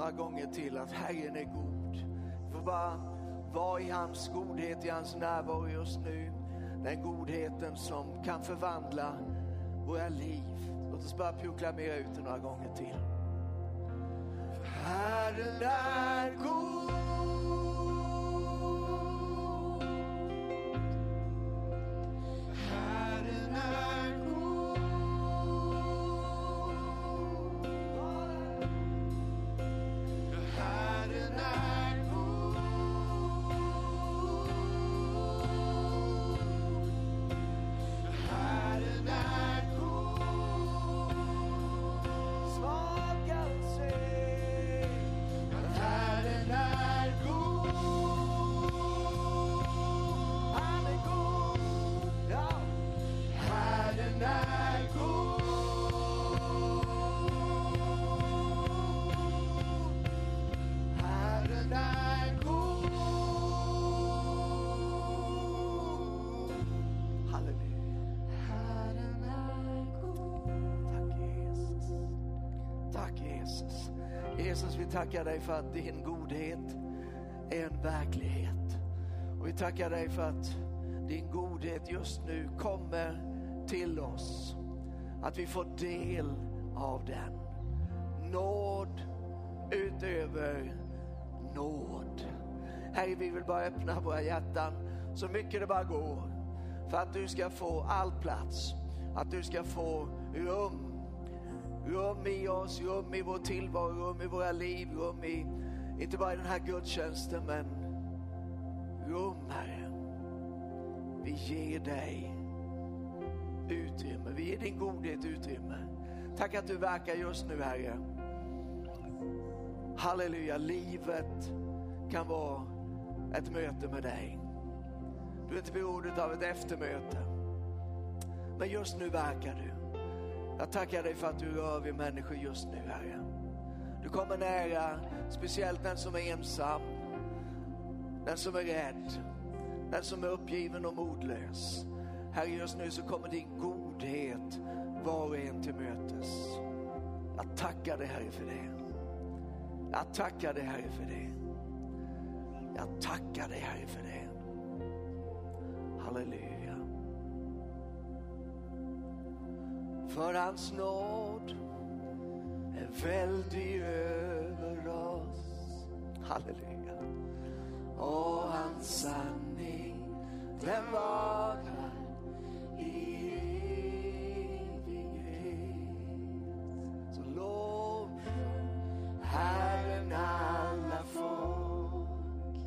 några gånger till att Herren är god. Vi får bara vara i hans godhet, i hans närvaro just nu. Den godheten som kan förvandla våra liv. Låt oss bara proklamera ut det några gånger till. Herren är god. Herren är god. Herren är god. Herren är god. Svaga se att Herren är god. Han är god. Ja. Herren är god. Herren är god. Halleluja. Herren är god. Tack Jesus. Tack Jesus. Jesus, vi tackar dig för att din godhet är en verklighet. Och vi tackar dig för att din godhet just nu kommer till oss. Att vi får del av den. Nåd utöver nåd. Herre, vi vill bara öppna våra hjärtan så mycket det bara går. För att du ska få all plats. Att du ska få rum. Rum i oss, rum i vår tillvaro, rum i våra liv, rum i, inte bara i den här gudstjänsten, men rum, Herre. Vi ger dig utrymme, vi ger din godhet utrymme. Tack att du verkar just nu, Herre. Halleluja, livet kan vara ett möte med dig. Du är inte beroende av ett eftermöte. Men just nu verkar du. Jag tackar dig för att du rör vid människor just nu, Herre. Du kommer nära, speciellt den som är ensam, den som är rädd, den som är uppgiven och modlös. Herre, just nu så kommer din godhet var och en till mötes. Jag tackar dig, Herre, för det. Jag tackar dig, Herre, för det. Jag tackar dig, Herre, för det. Halleluja. För hans nåd är väldig över oss. Halleluja. Och hans sanning, den varar i evighet. Så lov Herren alla folk.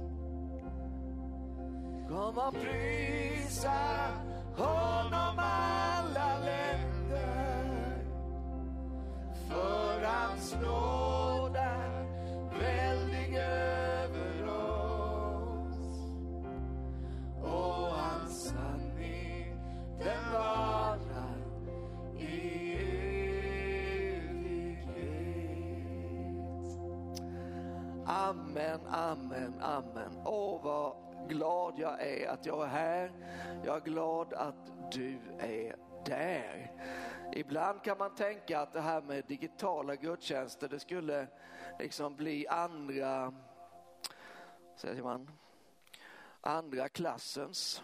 Kom och prisa honom alla länder. För hans nåd är väldig över oss. Och hans sanning, den varar i evighet. Amen, amen, amen. Åh, vad glad jag är att jag är här. Jag är glad att du är där. Ibland kan man tänka att det här med digitala gudstjänster, det skulle liksom bli andra klassens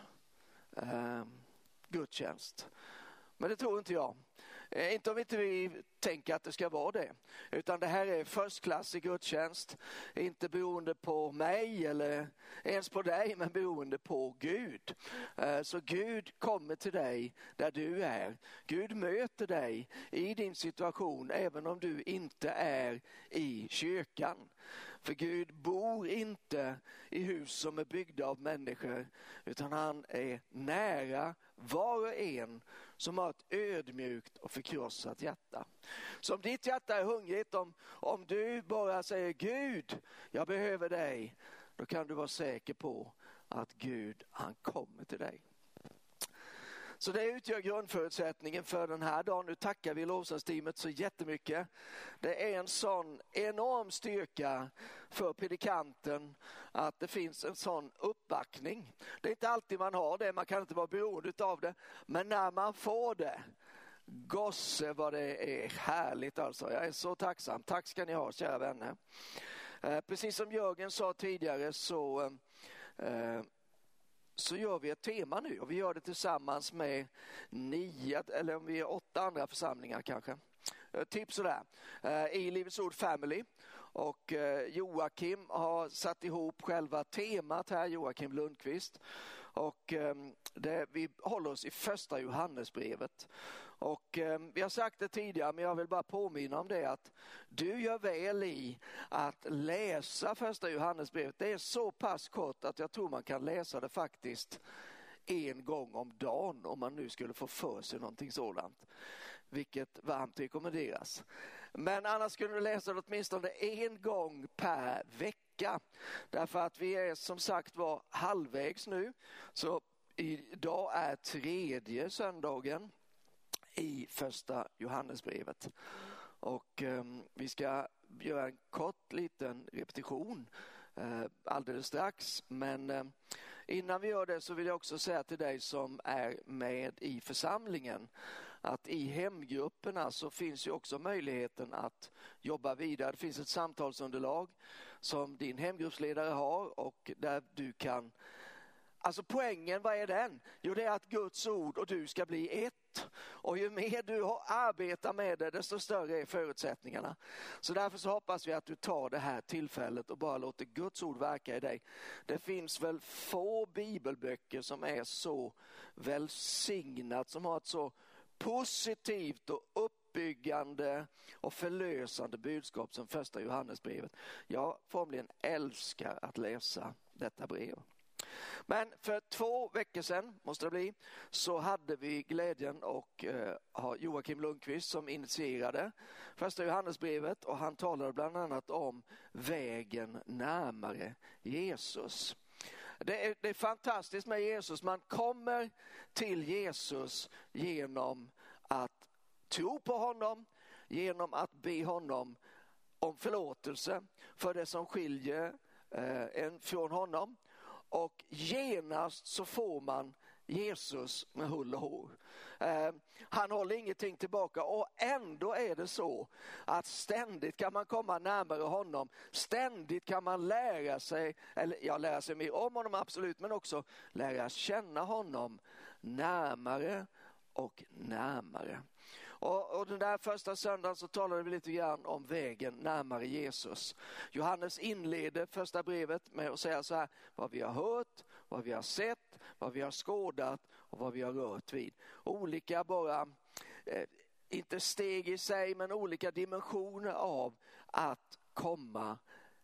gudstjänst. Men det tror inte jag. Inte om inte vi tänker att det ska vara det. Utan det här är förstklassig gudstjänst. Inte beroende på mig eller ens på dig, men beroende på Gud. Så Gud kommer till dig där du är. Gud möter dig i din situation även om du inte är i kyrkan. För Gud bor inte i hus som är byggda av människor, utan han är nära var och en som har ett ödmjukt och förkrossat hjärta. Så om ditt hjärta är hungrigt, om du bara säger Gud, jag behöver dig, då kan du vara säker på att Gud, han kommer till dig. Så det utgör grundförutsättningen för den här dagen. Nu tackar vi lovsångsteamet så jättemycket. Det är en sån enorm styrka för predikanten att det finns en sån uppbackning. Det är inte alltid man har det, man kan inte vara beroende av det. Men när man får det, Gosse vad det är härligt alltså. Jag är så tacksam. Tack ska ni ha, kära vänner. Precis som Jörgen sa tidigare så gör vi ett tema nu. Och vi gör det tillsammans med 9 eller om vi är 8 andra församlingar kanske. Typ sådär. I Livets Ord Family. Och Joakim har satt ihop själva temat här, Joakim Lundqvist. Och vi håller oss i första Johannesbrevet. Och vi har sagt det tidigare, men jag vill bara påminna om det att du gör väl i att läsa första Johannesbrevet. Det är så pass kort att jag tror man kan läsa det faktiskt en gång om dagen om man nu skulle få för sig någonting sådant. Vilket varmt rekommenderas. Men annars skulle du läsa det åtminstone en gång per vecka. Därför att vi är som sagt var halvvägs nu. Så idag är 3:e söndagen i första Johannesbrevet. Och vi ska göra en kort liten repetition alldeles strax. Men innan vi gör det så vill jag också säga till dig som är med i församlingen att i hemgrupperna så finns ju också möjligheten att jobba vidare. Det finns ett samtalsunderlag som din hemgruppsledare har och där du kan... Alltså poängen, vad är den? Jo, det är att Guds ord och du ska bli ett. Och ju mer du arbetar med det, desto större är förutsättningarna. Så därför så hoppas vi att du tar det här tillfället och bara låter Guds ord verka i dig. Det finns väl få bibelböcker som är så välsignat, som har ett så positivt och uppbyggande och förlösande budskap som första Johannesbrevet. Jag formligen älskar att läsa detta brev. Men för 2 veckor sedan, måste det bli, så hade vi glädjen att ha Joakim Lundqvist som initierade första Johannesbrevet, och han talade bland annat om vägen närmare Jesus. Det är fantastiskt med Jesus. Man kommer till Jesus genom att tro på honom, genom att be honom om förlåtelse för det som skiljer en från honom. Och genast så får man Jesus med hull och hår. Han håller ingenting tillbaka, och ändå är det så att ständigt kan man komma närmare honom. Ständigt kan man lära sig mer om honom absolut, men också lära känna honom närmare och närmare. Och den där första söndagen så talade vi lite grann om vägen närmare Jesus. Johannes inleder första brevet med att säga så här: vad vi har hört, vad vi har sett, vad vi har skådat och vad vi har rört vid. Olika bara, inte steg i sig, men olika dimensioner av att komma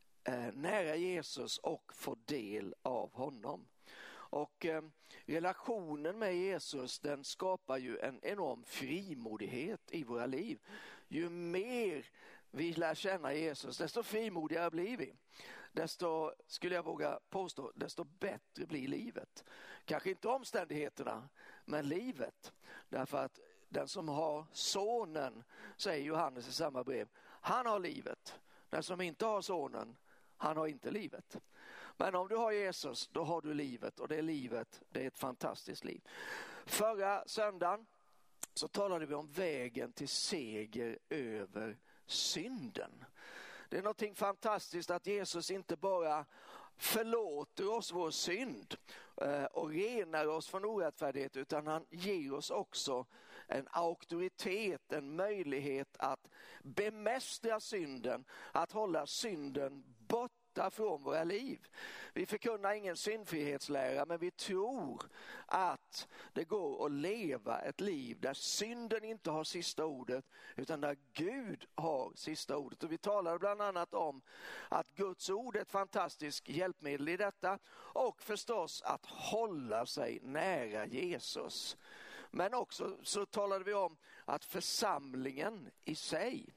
nära Jesus och få del av honom. Och relationen med Jesus, den skapar ju en enorm frimodighet i våra liv. Ju mer vi lär känna Jesus, desto frimodigare blir vi. Desto, skulle jag våga påstå, desto bättre blir livet. Kanske inte omständigheterna, men livet. Därför att den som har sonen, säger Johannes i samma brev, han har livet. Den som inte har sonen, han har inte livet. Men om du har Jesus, då har du livet, och det livet, det är ett fantastiskt liv. Förra söndagen så talade vi om vägen till seger över synden. Det är någonting fantastiskt att Jesus inte bara förlåter oss vår synd och renar oss från orättfärdighet, utan han ger oss också en auktoritet, en möjlighet att bemästra synden, att hålla synden borta från våra liv. Vi förkunnar ingen syndfrihetslära, men vi tror att det går att leva ett liv där synden inte har sista ordet, utan där Gud har sista ordet. Och vi talar bland annat om att Guds ord är ett fantastiskt hjälpmedel i detta, och förstås att hålla sig nära Jesus. Men också så talade vi om att församlingen i sig,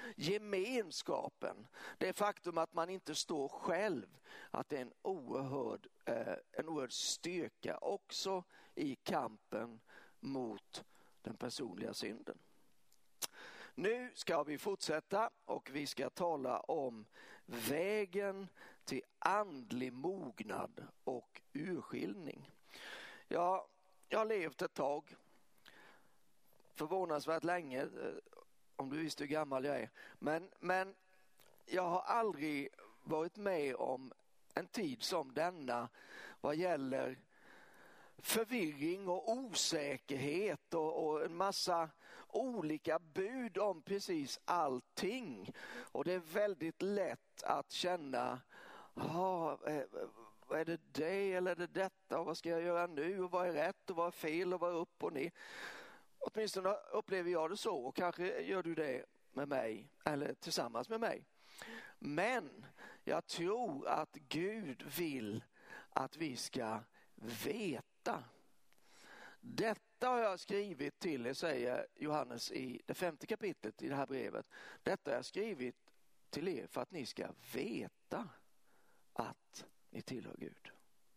gemenskapen, det faktum att man inte står själv, att det är en oerhörd styrka också i kampen mot den personliga synden. Nu ska vi fortsätta, och vi ska tala om vägen till andlig mognad och urskiljning. Jag har levt ett tag. förvånansvärt länge, om du visste hur gammal jag är. Men jag har aldrig varit med om en tid som denna vad gäller förvirring och osäkerhet och en massa olika bud om precis allting. Och det är väldigt lätt att känna, är det eller är det detta, och vad ska jag göra nu, och vad är rätt och vad är fel och vad är upp och ner. Åtminstone upplever jag det så, och kanske gör du det med mig eller tillsammans med mig. Men jag tror att Gud vill att vi ska veta. Detta har jag skrivit till er, säger Johannes i det 5:e kapitlet i det här brevet. Detta har jag skrivit till er för att ni ska veta att ni tillhör Gud.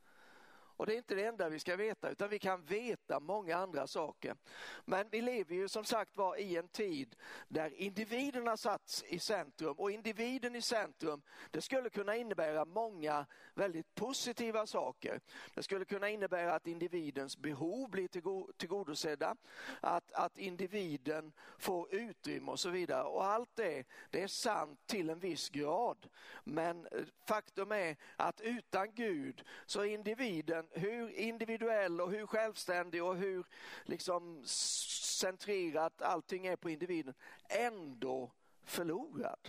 Och det är inte det enda vi ska veta, utan vi kan veta många andra saker. Men vi lever ju som sagt var i en tid där individen har satts i centrum. Och individen i centrum, det skulle kunna innebära många väldigt positiva saker. Det skulle kunna innebära att individens behov blir tillgodosedda. Att individen får utrymme och så vidare. Och allt det är sant till en viss grad. Men faktum är att utan Gud så är individen, hur individuell och hur självständig och hur liksom centrerat allting är på individen, ändå förlorad.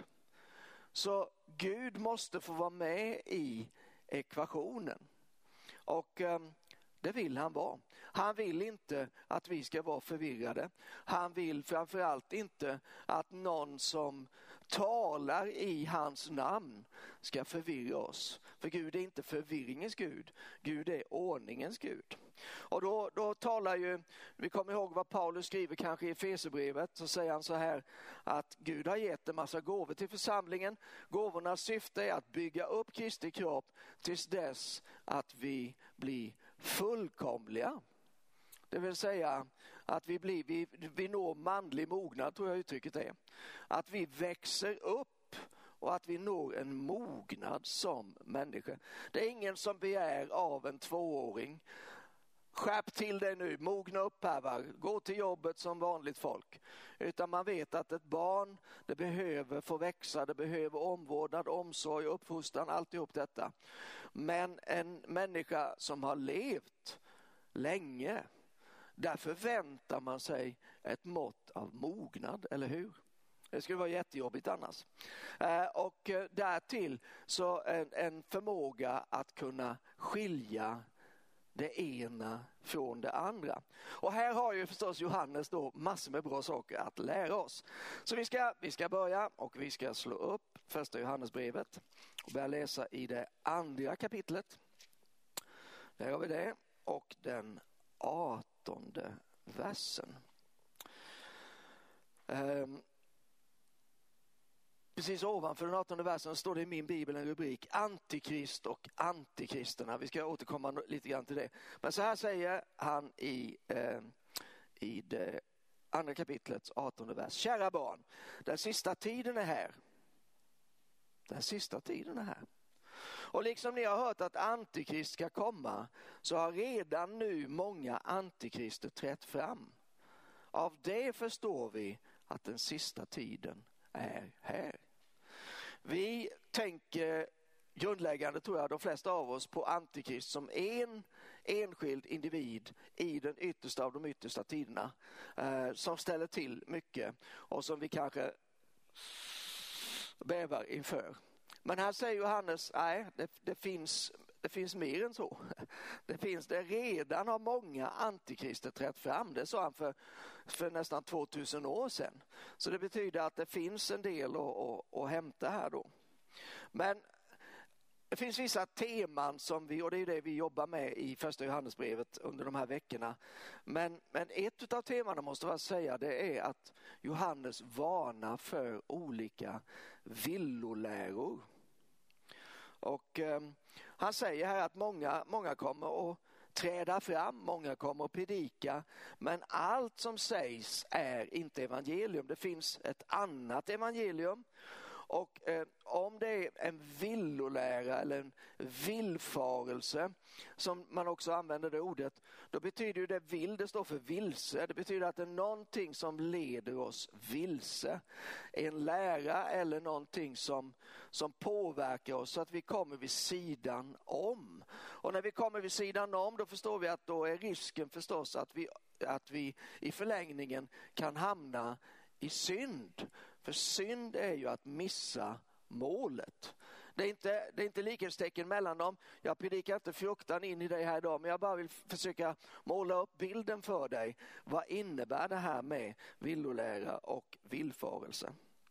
Så Gud måste få vara med i ekvationen. Och det vill han vara. Han vill inte att vi ska vara förvirrade. Han vill framförallt inte att någon som talar i hans namn ska förvirra oss. För Gud är inte förvirringens Gud. Gud är ordningens Gud. Och då talar ju, vi kommer ihåg vad Paulus skriver kanske i Efesierbrevet, så säger han så här att Gud har gett en massa gåvor till församlingen. Gåvornas syfte är att bygga upp Kristi kropp tills dess att vi blir fullkomliga. Det vill säga att vi når manlig mognad, tror jag uttrycket är. Att vi växer upp och att vi når en mognad som människa. Det är ingen som begär av en 2-åring: skärp till dig nu, mogna upp här, va? Gå till jobbet som vanligt folk. Utan man vet att ett barn, det behöver få växa, det behöver omvårdnad, omsorg, uppfostran, alltihop detta. Men en människa som har levt länge, där förväntar man sig ett mått av mognad, eller hur? Det skulle vara jättejobbigt annars. Och därtill så en förmåga att kunna skilja det ena från det andra. Och här har ju förstås Johannes då massor med bra saker att lära oss. Så vi ska börja, och vi ska slå upp första Johannesbrevet och börja läsa i det 2:a kapitlet. Där har vi det, och den 18:e versen. Precis ovanför den 18:e versen står det i min bibel en rubrik: Antikrist och antikristerna. Vi ska återkomma lite grann till det. Men så här säger han i det 2:a kapitlets 18:e vers. Kära barn, den sista tiden är här. Den sista tiden är här. Och liksom ni har hört att antikrist ska komma, så har redan nu många antikrister trätt fram. Av det förstår vi att den sista tiden är här. Vi tänker grundläggande, tror jag, de flesta av oss, på antikrist som en enskild individ i den yttersta av de yttersta tiderna, som ställer till mycket och som vi kanske bävar inför. Men här säger Johannes, nej, det finns mer än så. Det redan har många antikrister trätt fram. Det sa han för nästan 2000 år sedan. Så det betyder att det finns en del att hämta här då. Men det finns vissa teman som och det är det vi jobbar med i första Johannesbrevet under de här veckorna. Men ett av temana, måste jag säga, det är att Johannes varnar för olika villoläror. Och han säger här att många kommer att träda fram, många kommer att predika, men allt som sägs är inte evangelium. Det finns ett annat evangelium, Och om det är en villolära eller en villfarelse, som man också använder det ordet, då betyder ju det står för vilse. Det betyder att det är någonting som leder oss vilse. En lära eller någonting som påverkar oss så att vi kommer vid sidan om. Och när vi kommer vid sidan om, då förstår vi att då är risken förstås att vi i förlängningen kan hamna i synd. För synd är ju att missa målet. Det är inte likhetstecken mellan dem. Jag predikar inte fruktan in i dig här idag, men jag bara vill försöka måla upp bilden för dig. Vad innebär det här med villolära och villfarelse?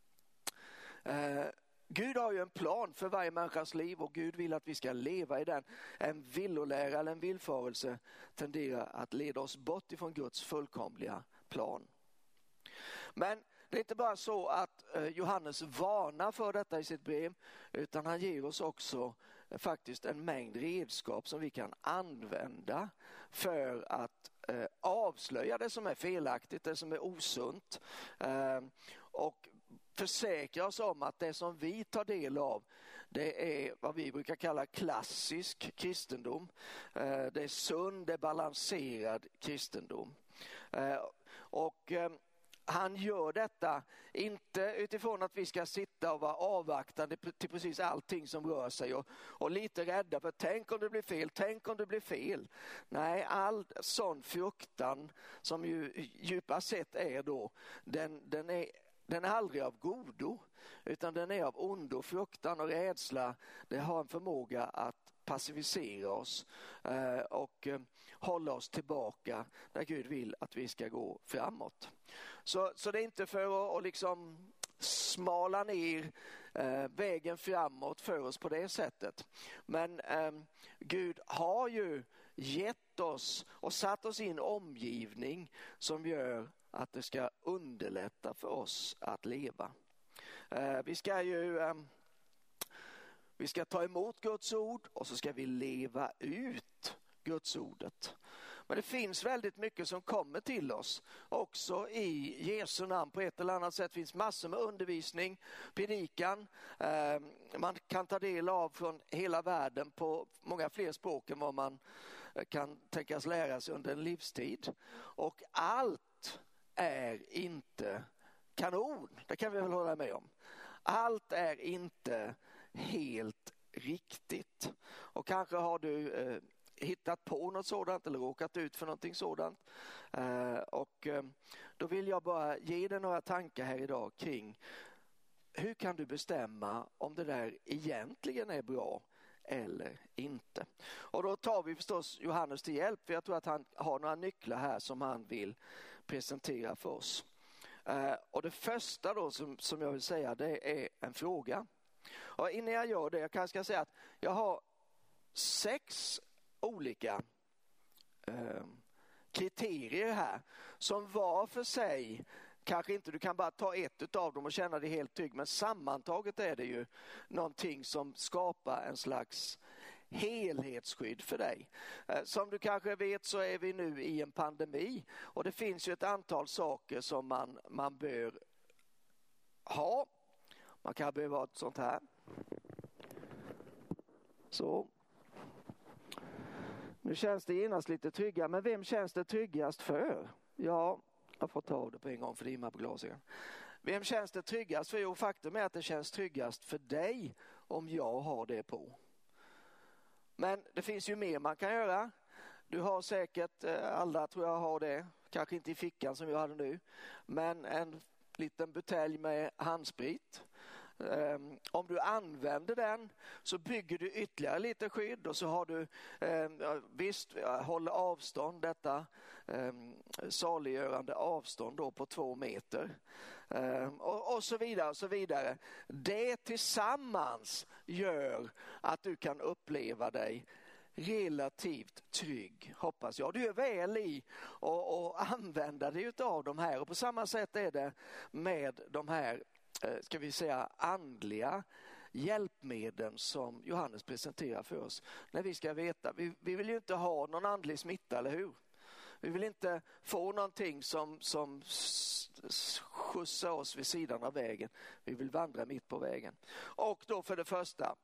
Gud har ju en plan för varje människas liv och Gud vill att vi ska leva i den. En villolära eller en villfarelse tenderar att leda oss bort ifrån Guds fullkomliga plan. Men det är inte bara så att Johannes varnar för detta i sitt brev, utan han ger oss också faktiskt en mängd redskap som vi kan använda för att avslöja det som är felaktigt, det som är osunt, och försäkra oss om att det som vi tar del av, det är vad vi brukar kalla klassisk kristendom. Det är sund, det är balanserad kristendom. Och han gör detta inte utifrån att vi ska sitta och vara avvaktande till precis allting som rör sig och lite rädda för tänk om det blir fel. Nej, all sån fruktan som ju djupast sett är då, den är aldrig av godo, utan den är av ondo. Fruktan och rädsla, det har en förmåga att passivisera oss och hålla oss tillbaka där Gud vill att vi ska gå framåt. Så det är inte för att liksom smala ner vägen framåt för oss på det sättet. Men Gud har ju gett oss och satt oss i en omgivning som gör att det ska underlätta för oss att leva. Vi ska ta emot Guds ord och så ska vi leva ut Guds ordet. Men det finns väldigt mycket som kommer till oss också i Jesu namn på ett eller annat sätt. Det finns massor med undervisning, predikan. Man kan ta del av från hela världen på många fler språk än vad man kan tänkas lära sig under en livstid. Och allt är inte kanon, det kan vi väl hålla med om. Allt är inte helt riktigt. Och kanske har du hittat på något sådant eller råkat ut för någonting sådant. Och då vill jag bara ge dig några tankar här idag kring hur kan du bestämma om det där egentligen är bra eller inte. Och då tar vi förstås Johannes till hjälp, för jag tror att han har några nycklar här som han vill presentera för oss. Och det första då som jag vill säga, det är en fråga. Och innan jag gör det, jag kanske ska säga att jag har 6 olika kriterier här som var för sig, kanske inte du kan bara ta ett av dem och känna dig helt trygg, men sammantaget är det ju någonting som skapar en slags helhetsskydd för dig. Som du kanske vet så är vi nu i en pandemi och det finns ju ett antal saker som man bör ha. Man kan behöva ha ett sånt här. Så. Nu känns det genast lite tryggare, men vem känns det tryggast för? Ja, jag får ta av det på en gång för det rimmar på glasögon. Vem känns det tryggast för? Jo, faktum är att det känns tryggast för dig om jag har det på. Men det finns ju mer man kan göra. Du har säkert, alla tror jag har det, kanske inte i fickan som jag hade nu, men en liten butelj med handsprit. Om du använder den så bygger du ytterligare lite skydd och så har du visst håller avstånd, detta saliggörande avstånd då på 2 meter och så vidare och så vidare. Det tillsammans gör att du kan uppleva dig relativt trygg, hoppas jag. Du är väl i och använda dig av de här, och på samma sätt är det med de här, ska vi säga, andliga hjälpmedel som Johannes presenterar för oss. När vi ska veta, vi vill ju inte ha någon andlig smitta, eller hur? Vi vill inte få någonting som skjutsar oss vid sidan av vägen. Vi vill vandra mitt på vägen. Och då för det första,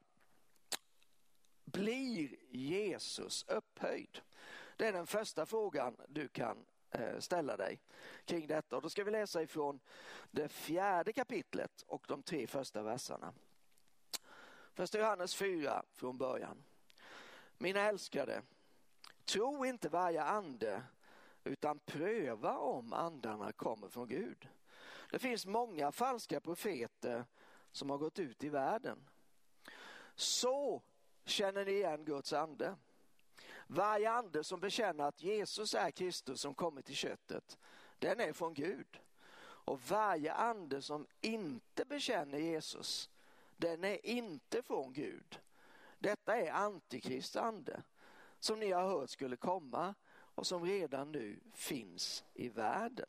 blir Jesus upphöjd? Det är den första frågan du kan ställa dig kring detta. Och då ska vi läsa ifrån det 4:e kapitlet och de 3 första verserna. Första Johannes 4 från början. Mina älskade, tro inte varje ande, utan pröva om andarna kommer från Gud. Det finns många falska profeter som har gått ut i världen. Så känner ni igen Guds ande. Varje ande som bekänner att Jesus är Kristus som kommit i köttet, den är från Gud. Och varje ande som inte bekänner Jesus, den är inte från Gud. Detta är Antikrist ande som ni har hört skulle komma och som redan nu finns i världen.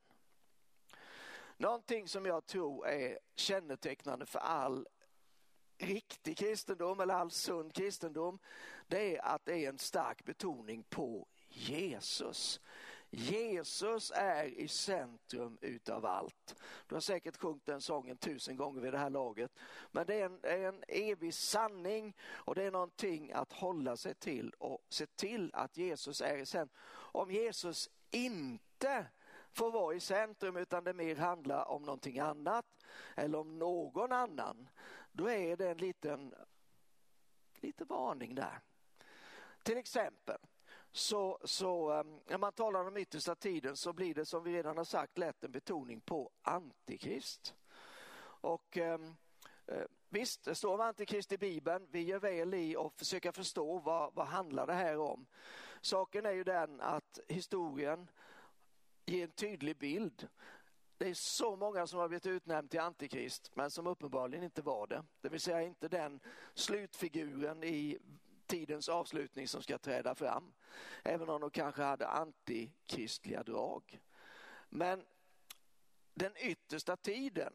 Någonting som jag tror är kännetecknande för all riktig kristendom eller all sund kristendom, det är att det är en stark betoning på Jesus. Jesus är i centrum utav allt. Du har säkert sjungit den sången 1000 gånger vid det här laget. Men det är en evig sanning och det är någonting att hålla sig till och se till att Jesus är i centrum. Om Jesus inte får vara i centrum utan det mer handlar om någonting annat eller om någon annan, då är det en liten varning där. Till exempel så när man talar om yttersta tiden så blir det, som vi redan har sagt, lätt en betoning på Antikrist. Och visst, det står om Antikrist i Bibeln. Vi gör väl i att försöka förstå vad handlar det här om. Saken är ju den att historien ger en tydlig bild. Det är så många som har blivit utnämnd till Antikrist men som uppenbarligen inte var det. Det vill säga inte den slutfiguren i tidens avslutning som ska träda fram. Även om de kanske hade antikristliga drag. Men den yttersta tiden,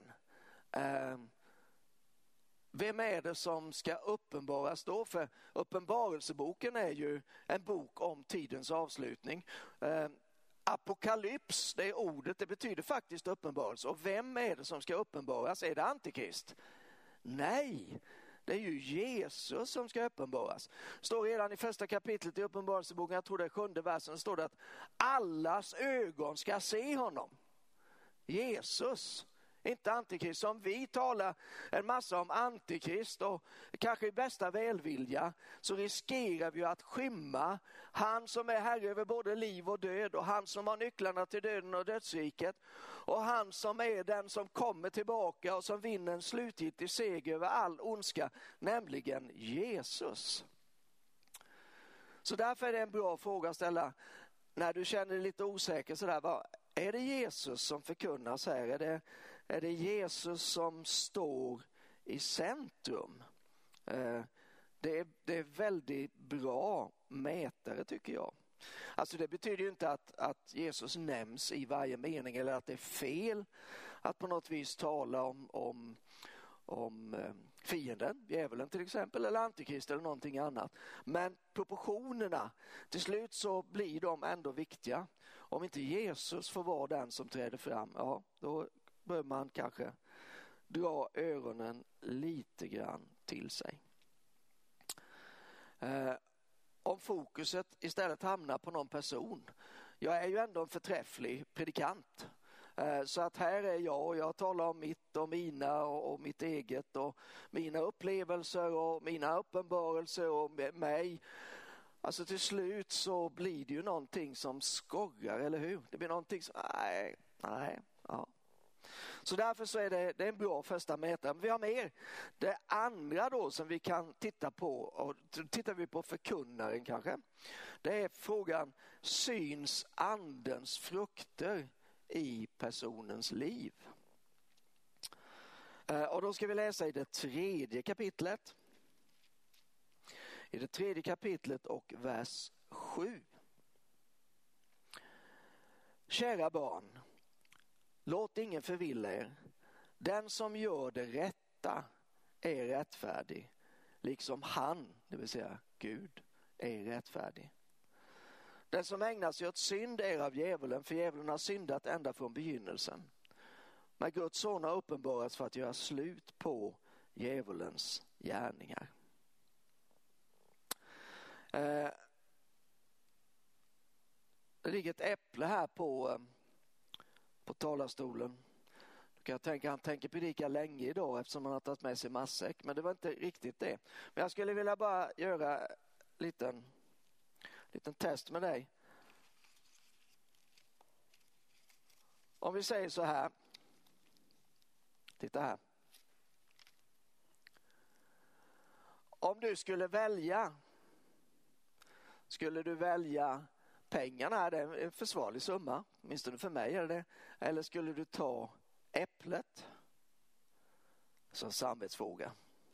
vem är det som ska uppenbaras då? För uppenbarelseboken är ju en bok om tidens avslutning. Apokalyps, det är ordet, det betyder faktiskt uppenbarelse. Och vem är det som ska uppenbaras? Är det Antikrist? Nej, det är ju Jesus som ska uppenbaras. Står redan i 1:a kapitlet i uppenbarelseboken, jag tror det är 7:e versen, står det att allas ögon ska se honom. Jesus, inte Antikrist. Som vi talar en massa om Antikrist och kanske i bästa välvilja, så riskerar vi att skymma han som är herre över både liv och död och han som har nycklarna till döden och dödsriket och han som är den som kommer tillbaka och som vinner en slutgiltig seger över all ondska, nämligen Jesus. Så därför är det en bra fråga att ställa när du känner dig lite osäker sådär. Är det Jesus som förkunnas här? Är det Jesus som står i centrum? Det är väldigt bra mätare tycker jag. Alltså det betyder ju inte att Jesus nämns i varje mening eller att det är fel att på något vis tala om fienden, djävulen till exempel, eller Antikrist eller någonting annat. Men proportionerna, till slut så blir de ändå viktiga. Om inte Jesus får vara den som träder fram, ja, då bör man kanske dra öronen lite grann till sig. Om fokuset istället hamnar på någon person. Jag är ju ändå en förträfflig predikant. Så att här är jag och jag talar om mitt och mina och mitt eget och mina upplevelser och mina uppenbarelser och mig. Alltså till slut så blir det ju någonting som skorrar, eller hur? Det blir någonting som, nej, ja. Så därför så är det är en bra första mätare. Men vi har mer. Det andra då som vi kan titta på, och tittar vi på förkunnaren kanske. Det är frågan, syns andens frukter i personens liv? Och då ska vi läsa i det 3:e kapitlet. I det 3:e kapitlet och vers 7. Kära barn, låt ingen förvilla er. Den som gör det rätta är rättfärdig, liksom han, det vill säga Gud, är rättfärdig. Den som ägnar sig åt synd är av djävulen, för djävulen har syndat ända från begynnelsen. Men Guds son har uppenbarats för att göra slut på djävulens gärningar. Det ligger ett äpple här på talarstolen. Jag tänker, han tänker predika länge idag eftersom han har tagit med sig matsäck. Men det var inte riktigt det. Men jag skulle vilja bara göra en liten test med dig. Om vi säger så här. Titta här. Om du skulle du välja pengarna här, det är en försvarlig summa, åtminstone för mig är det. Eller skulle du ta äpplet? Som samvetsfråga.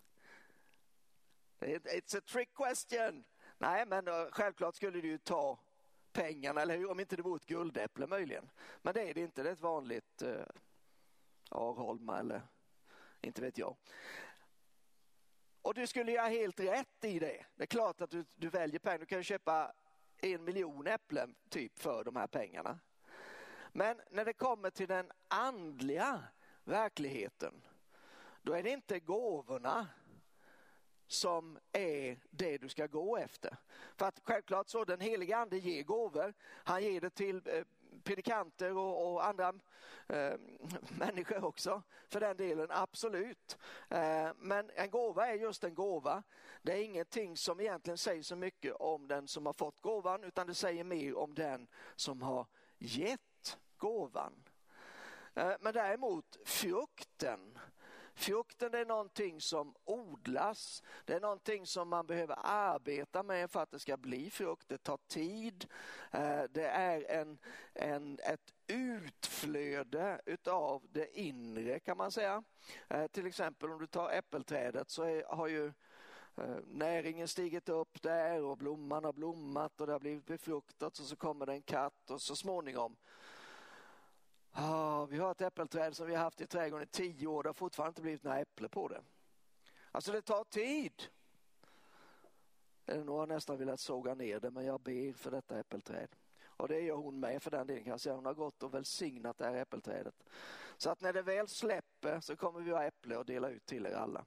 It's a trick question. Nej, men självklart skulle du ta pengarna, eller hur? Om inte det vore ett guldäpple möjligen. Men det är det inte, det är ett vanligt Arholma eller inte vet jag. Och du skulle göra helt rätt i det. Det är klart att du väljer pengar. Du kan ju köpa 1 miljon äpplen typ för de här pengarna. Men när det kommer till den andliga verkligheten, då är det inte gåvorna som är det du ska gå efter. För att självklart så den heliga ande ger gåvor. Han ger det till predikanter och andra människor också. För den delen, absolut. Men en gåva är just en gåva. Det är ingenting som egentligen säger så mycket om den som har fått gåvan, utan det säger mer om den som har gett gåvan. Men däremot frukten är någonting som odlas. Det är någonting som man behöver arbeta med för att det ska bli frukt. Det tar tid. Det är ett utflöde utav det inre kan man säga. Till exempel om du tar äppelträdet så har ju näringen stigit upp där och blomman har blommat och det har blivit befruktat och så kommer det en katt och så småningom vi har ett äppelträd som vi har haft i trädgården i 10 år. Det har fortfarande inte blivit några äpplen på det. Alltså det tar tid. Nu har jag nästan velat såga ner det, men jag ber för detta äppelträd. Och det gör hon med för den delen kan jag säga. Hon har gått och välsignat det här äppelträdet. Så att när det väl släpper så kommer vi ha äpple och dela ut till er alla.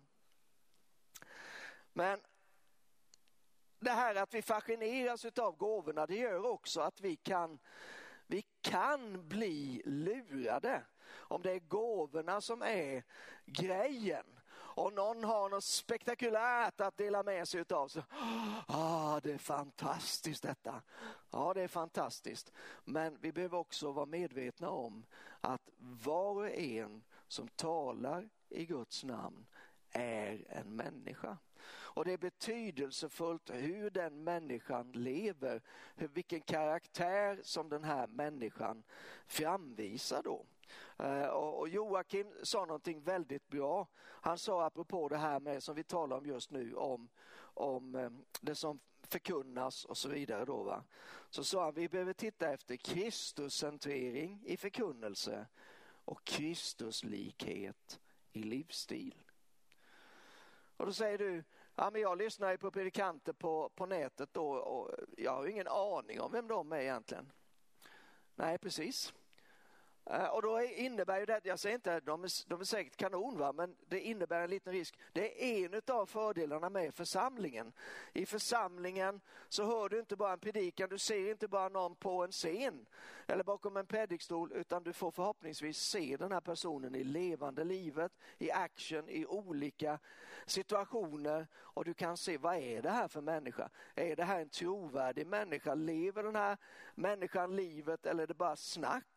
Men det här att vi fascineras av gåvorna, det gör också att vi kan bli lurade om det är gåvorna som är grejen. Och någon har något spektakulärt att dela med sig utav. Så, det är fantastiskt detta. Ja, det är fantastiskt. Men vi behöver också vara medvetna om att var och en som talar i Guds namn är en människa. Och det är betydelsefullt hur den människan lever, vilken karaktär som den här människan framvisar då. Och Joakim sa någonting väldigt bra. Han sa apropå det här med som vi talar om just nu om det som förkunnas och så vidare då va. Så sa han vi behöver titta efter Kristuscentrering i förkunnelse och Kristuslikhet i livsstil. Och då säger du, ja men jag lyssnar ju på predikanter på nätet då och jag har ingen aning om vem de är egentligen. Nej, precis. Och då innebär ju det, jag säger inte att de är säkert kanon va, men det innebär en liten risk. Det är en av fördelarna med församlingen. I församlingen så hör du inte bara en predikan, du ser inte bara någon på en scen eller bakom en predikstol, utan du får förhoppningsvis se den här personen i levande livet, i action, i olika situationer och du kan se vad är det här för människa? Är det här en trovärdig människa? Lever den här människan livet eller är det bara snack?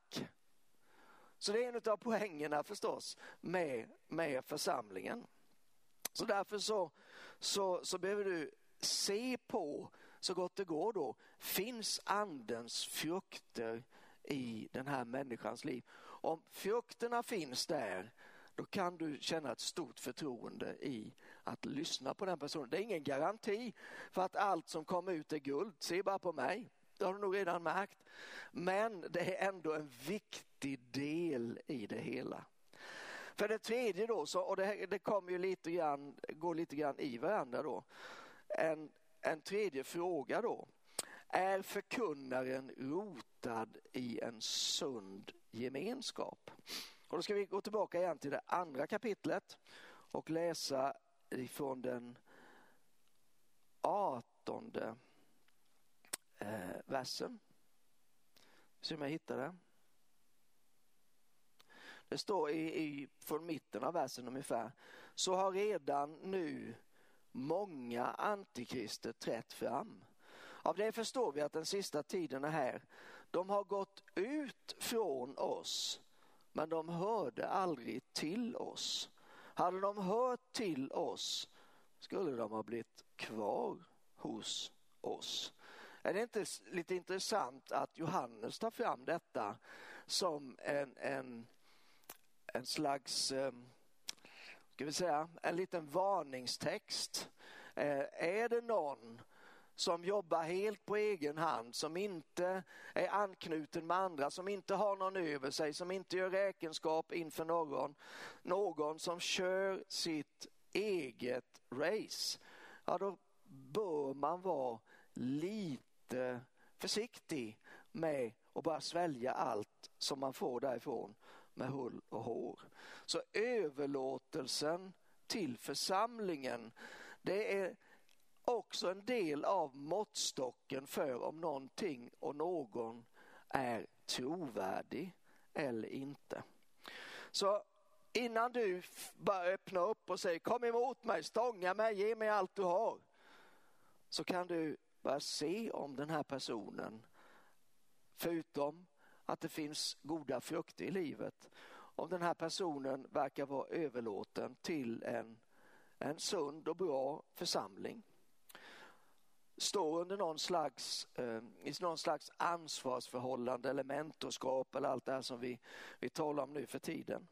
Så det är en av poängerna förstås med församlingen. Så därför så behöver du se på så gott det går då. Finns andens frukter i den här människans liv? Om frukterna finns där, då kan du känna ett stort förtroende i att lyssna på den personen. Det är ingen garanti för att allt som kommer ut är guld. Se bara på mig. Det har du nog redan märkt. Men det är ändå en viktig del i det hela. För det tredje då, och det kommer ju går lite grann i varandra då. En tredje fråga då är förkunnaren rotad i en sund gemenskap. Och då ska vi gå tillbaka igen till det andra kapitlet och läsa ifrån den 18:e versen. Se om jag hittar det. Det står från mitten av versen ungefär. Så har redan nu många antikrister trätt fram. Av det förstår vi att den sista tiden är här. De har gått ut från oss, men de hörde aldrig till oss. Hade de hört till oss skulle de ha blivit kvar hos oss. Är det inte lite intressant att Johannes tar fram detta som en slags, ska vi säga, en liten varningstext? Är det någon som jobbar helt på egen hand, som inte är anknuten med andra, som inte har någon över sig, som inte gör räkenskap inför någon som kör sitt eget race, ja, då bör man vara lite försiktig med att bara svälja allt som man får därifrån med hull och hår. Så överlåtelsen till församlingen, det är också en del av måttstocken för om någonting och någon är trovärdig eller inte. Så innan du bara öppnar upp och säger kom emot mig, stånga mig, ge mig allt du har, så kan du bara se om den här personen, förutom att det finns goda frukter i livet, om den här personen verkar vara överlåten till en sund och bra församling. Står under i någon slags ansvarsförhållande eller mentorskap eller allt det här som vi talar om nu för tiden.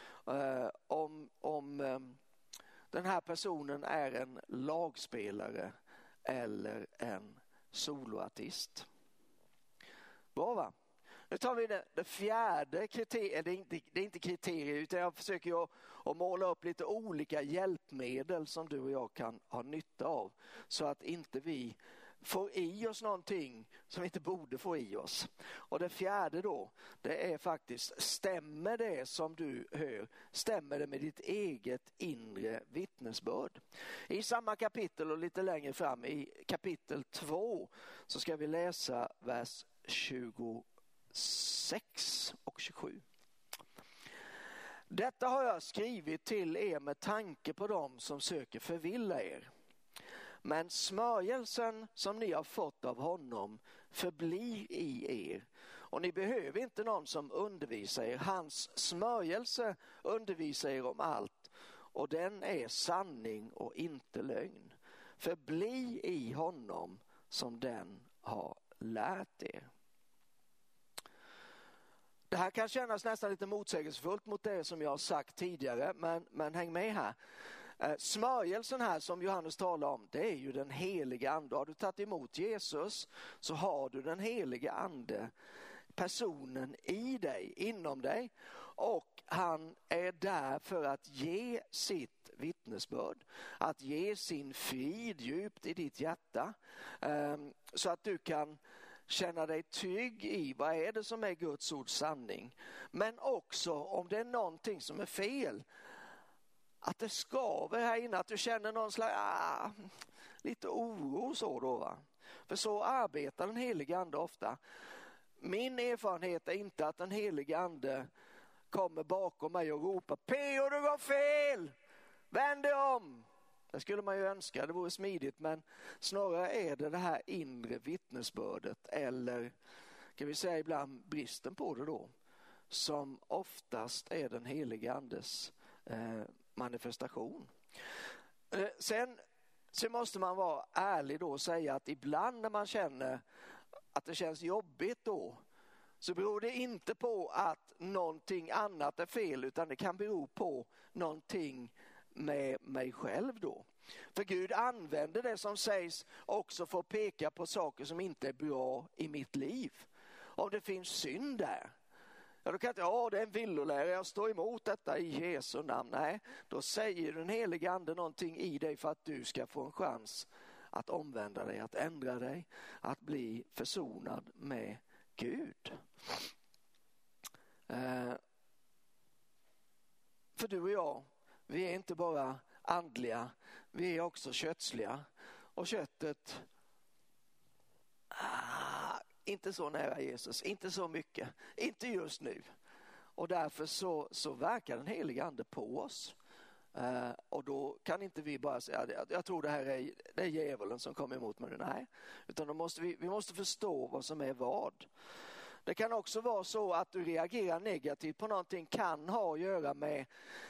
Om den här personen är en lagspelare eller en soloartist. Bra, va? Nu tar vi det fjärde kriteriet. Det är inte kriterier, utan jag försöker att måla upp lite olika hjälpmedel som du och jag kan ha nytta av, så att inte vi får i oss någonting som vi inte borde få i oss. Och det fjärde då, det är faktiskt, stämmer det som du hör, stämmer det med ditt eget inre vittnesbörd? I samma kapitel och lite längre fram i kapitel 2 så ska vi läsa vers 26 och 27. Detta har jag skrivit till er med tanke på dem som söker förvilla er. Men smörjelsen som ni har fått av honom förblir i er. Och ni behöver inte någon som undervisar er. Hans smörjelse undervisar er om allt. Och den är sanning och inte lögn. Förbli i honom som den har lärt er. Det här kan kännas nästan lite motsägelsefullt mot det som jag har sagt tidigare, men häng med här. Smörjelsen här som Johannes talar om, det är ju den heliga ande. Har du tagit emot Jesus så har du den heliga ande, personen i dig, inom dig, och han är där för att ge sitt vittnesbörd, att ge sin frid djupt i ditt hjärta, så att du kan känna dig trygg i vad är det som är Guds ords sanning. Men också om det är någonting som är fel, att det skaver här inne, att du känner någon slags lite oro så då, va? För så arbetar den heliga ande ofta. Min erfarenhet är inte att den heliga ande kommer bakom mig och ropar P.O. du går fel, vänd dig om. Det skulle man ju önska, det vore smidigt, men snarare är det här inre vittnesbördet, eller kan vi säga ibland bristen på det då, som oftast är den heliga andes manifestation. Sen måste man vara ärlig då och säga att ibland när man känner att det känns jobbigt då, så beror det inte på att någonting annat är fel, utan det kan bero på någonting med mig själv då. För Gud använder det som sägs också för att peka på saker som inte är bra i mitt liv. Om det finns synd där, ja, då kan jag inte, det är en villolära, jag står emot detta i Jesu namn. Nej, då säger den heliga ande någonting i dig för att du ska få en chans att omvända dig, att ändra dig, att bli försonad med Gud. För du och jag, vi är inte bara andliga, vi är också kötsliga. Och köttet, inte så nära Jesus, inte så mycket, inte just nu. Och därför så verkar den heliga ande på oss. Och då kan inte vi bara säga, jag tror det här är djävulen som kommer emot mig. Nej, utan då måste vi måste förstå vad som är vad. Det kan också vara så att du reagerar negativt på någonting, kan ha att göra med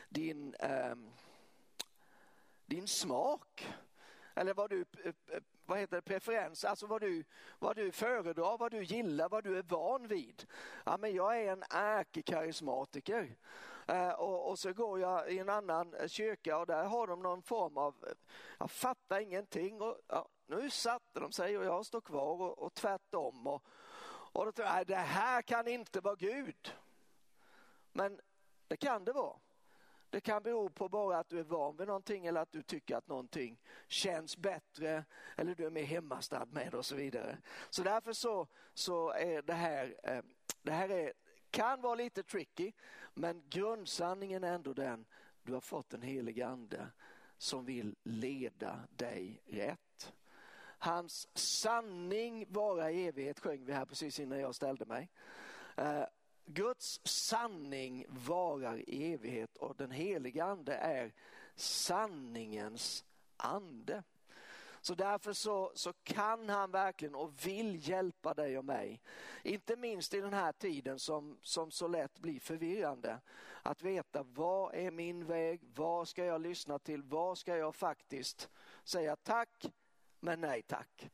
din smak. Eller vad heter det, preferens, alltså vad du föredrar, vad du gillar, vad du är van vid. Ja, men jag är en ärkekarismatiker. Och så går jag i en annan kyrka och där har de någon form av, jag fattar ingenting. Och nu satte de sig och jag står kvar och tvärtom. Och då tror jag, det här kan inte vara Gud. Men det kan det vara. Det kan bero på bara att du är van vid någonting eller att du tycker att någonting känns bättre eller du är mer hemmastad med och så vidare. Så därför så är det här kan vara lite tricky, men grundsanningen är ändå den: du har fått en helig ande som vill leda dig rätt. Hans sanning vara i evighet sjöng vi här precis innan jag ställde mig. Guds sanning varar i evighet och den heliga ande är sanningens ande. Så därför så kan han verkligen och vill hjälpa dig och mig. Inte minst i den här tiden som så lätt blir förvirrande. Att veta, vad är min väg? Vad ska jag lyssna till? Vad ska jag faktiskt säga tack men nej tack?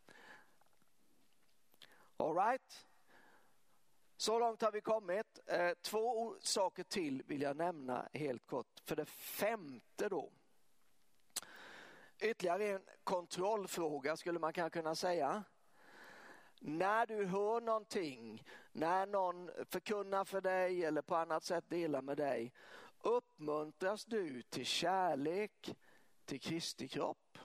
All right? Så långt har vi kommit. 2 saker till vill jag nämna helt kort. För det 5:e då. Ytterligare en kontrollfråga skulle man kanske kunna säga. När du hör någonting, när någon förkunnar för dig eller på annat sätt delar med dig, uppmuntras du till kärlek till Kristi kropp?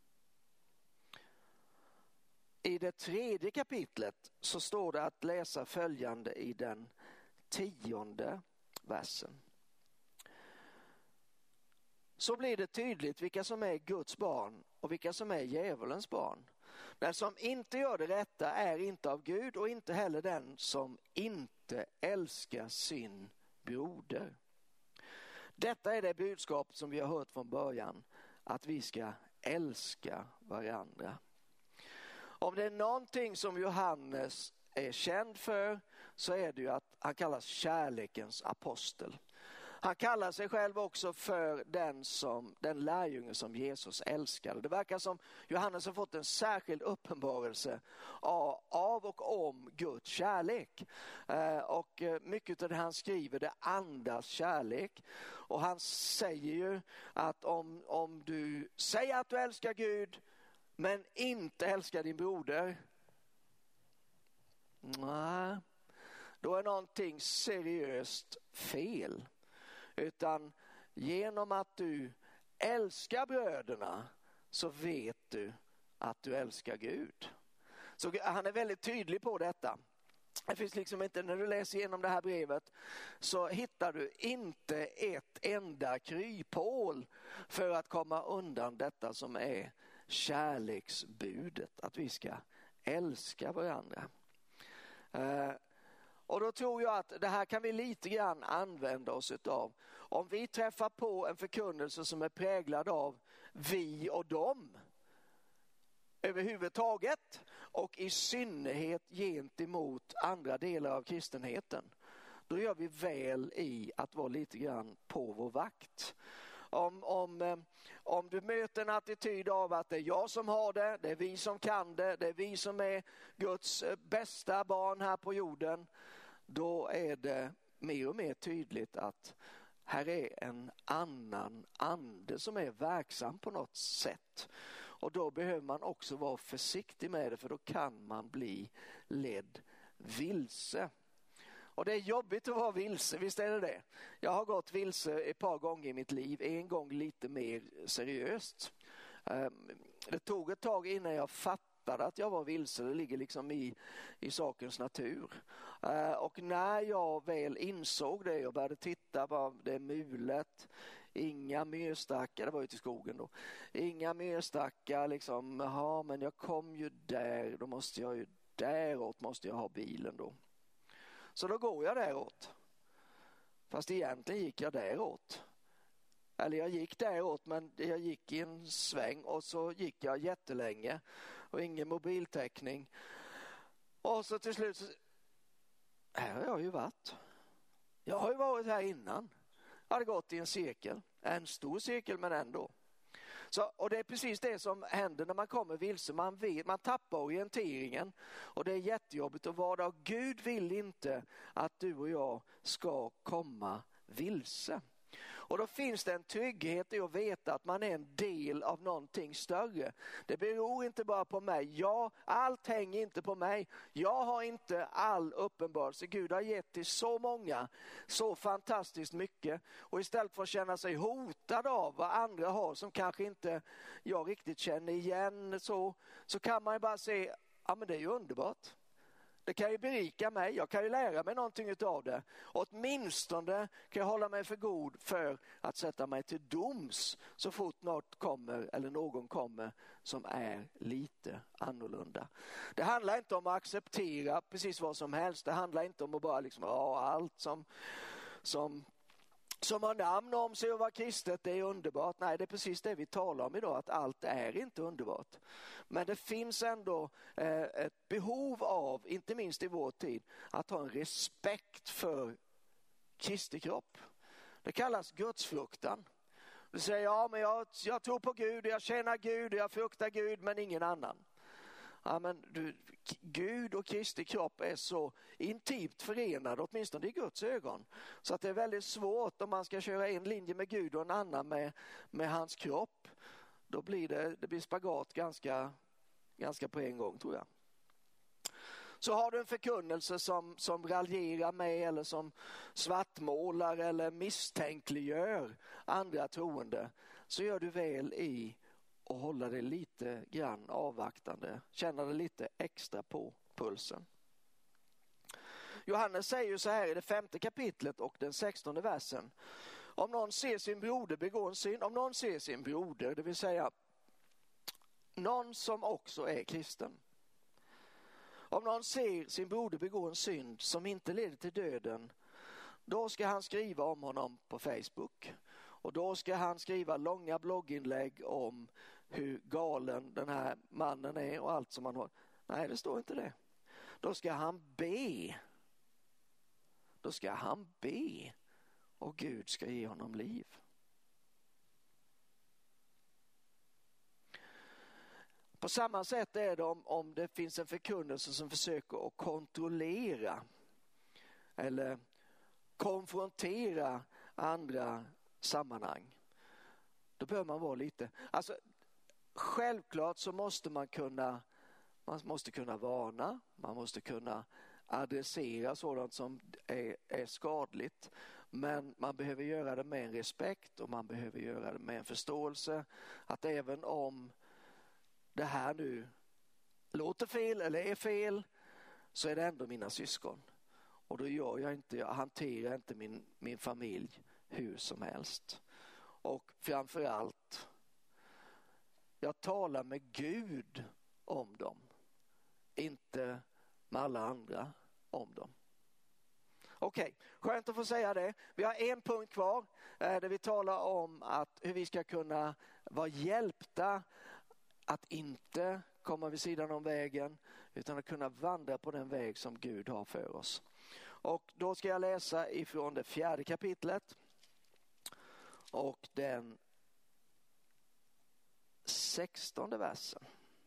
I det 3:e kapitlet så står det att läsa följande i den 10:e versen. Så blir det tydligt vilka som är Guds barn och vilka som är djävulens barn. Den som inte gör det rätta är inte av Gud och inte heller den som inte älskar sin broder. Detta är det budskap som vi har hört från början, att vi ska älska varandra. Om det är någonting som Johannes är känd för så är det ju att han kallas kärlekens apostel. Han kallar sig själv också för den lärjunge som Jesus älskade. Det verkar som Johannes har fått en särskild uppenbarelse av och om Guds kärlek. Och mycket av det han skriver, det andas kärlek. Och han säger ju att om du säger att du älskar Gud men inte älskar din broder, nej, då är någonting seriöst fel. Utan genom att du älskar bröderna så vet du att du älskar Gud. Så han är väldigt tydlig på detta. Det finns liksom inte, när du läser igenom det här brevet så hittar du inte ett enda kryphål för att komma undan detta som är kärleksbudet, att vi ska älska varandra. Och då tror jag att det här kan vi lite grann använda oss utav. Om vi träffar på en förkunnelse som är präglad av vi och dem överhuvudtaget och i synnerhet gentemot andra delar av kristenheten, då gör vi väl i att vara lite grann på vår vakt. Om du möter en attityd av att det är jag som har det är vi som kan det är vi som är Guds bästa barn här på jorden, då är det mer och mer tydligt att här är en annan ande som är verksam på något sätt. Och då behöver man också vara försiktig med det, för då kan man bli ledd vilse. Och det är jobbigt att vara vilse, visst är det? Jag har gått vilse ett par gånger i mitt liv, en gång lite mer seriöst. det tog ett tag innan jag fattade att jag var vilse. Det ligger liksom i sakens natur. Och när jag väl insåg det och började titta på det mulet, inga myrstackar, det var ute i skogen då, inga myrstackar liksom, jaha, men jag kom ju där, då måste jag ju däråt, måste jag ha bilen då. Så då går jag däråt. Fast egentligen gick jag däråt. Eller jag gick däråt, men jag gick i en sväng och så gick jag jättelänge och ingen mobiltäckning. Och så till slut så, här har jag ju varit. Jag har ju varit här innan. Jag hade gått i en cirkel. En stor cirkel, men ändå. Så, och det är precis det som händer när man kommer vilse. Man tappar orienteringen och det är jättejobbigt att vara där. Gud vill inte att du och jag ska komma vilse. Och då finns det en trygghet i att veta att man är en del av någonting större. Det beror inte bara på mig. Allt hänger inte på mig. Jag har inte all uppenbarelse. Gud har gett till så många, så fantastiskt mycket. Och istället för att känna sig hotad av vad andra har som kanske inte jag riktigt känner igen, så kan man ju bara se, ja men det är ju underbart. Det kan ju berika mig, jag kan ju lära mig någonting av det. Och åtminstone kan jag hålla mig för god för att sätta mig till doms så fort något kommer eller någon kommer som är lite annorlunda. Det handlar inte om att acceptera precis vad som helst. Det handlar inte om att bara liksom, allt som har namn om sig och var kristet, det är underbart. Nej, det är precis det vi talar om idag, att allt är inte underbart. Men det finns ändå ett behov av, inte minst i vår tid, att ha en respekt för Kristi kropp. Det kallas gudsfruktan. Du säger, men jag tror på Gud, jag känner Gud, jag fruktar Gud, men ingen annan. Ja, men Gud och Kristi kropp är så intimt förenade, åtminstone i Guds ögon. Så att det är väldigt svårt om man ska köra en linje med Gud och en annan med hans kropp. Då blir det blir spagat ganska på en gång, tror jag. Så har du en förkunnelse som raljerar med eller som svartmålar eller misstänkliggör andra troende, så gör du väl i och hålla dig lite grann avvaktande. Känna dig lite extra på pulsen. Johannes säger ju så här i det 5:e kapitlet och den 16:e versen. Om någon ser sin broder begå en synd, om någon ser sin broder, det vill säga någon som också är kristen. Om någon ser sin broder begå en synd som inte leder till döden, då ska han skriva om honom på Facebook. Och då ska han skriva långa blogginlägg om hur galen den här mannen är och allt som han har. Nej, det står inte det. Då ska han be. Då ska han be och Gud ska ge honom liv. På samma sätt är det om det finns en förkunnelse som försöker att kontrollera eller konfrontera andra sammanhang. Då behöver man vara lite... Alltså, självklart så måste man måste kunna varna, man måste kunna adressera sådant som är skadligt. Men man behöver göra det med en respekt och man behöver göra det med en förståelse. Att även om det här nu låter fel eller är fel, så är det ändå mina syskon. Och då jag hanterar inte min familj hur som helst. Och framförallt, jag talar med Gud om dem. Inte med alla andra om dem. Okej, skönt att få säga det. Vi har en punkt kvar där vi talar om hur vi ska kunna vara hjälpta att inte komma vid sidan om vägen, utan att kunna vandra på den väg som Gud har för oss. Och då ska jag läsa ifrån det 4:e kapitlet och den 16:e versen.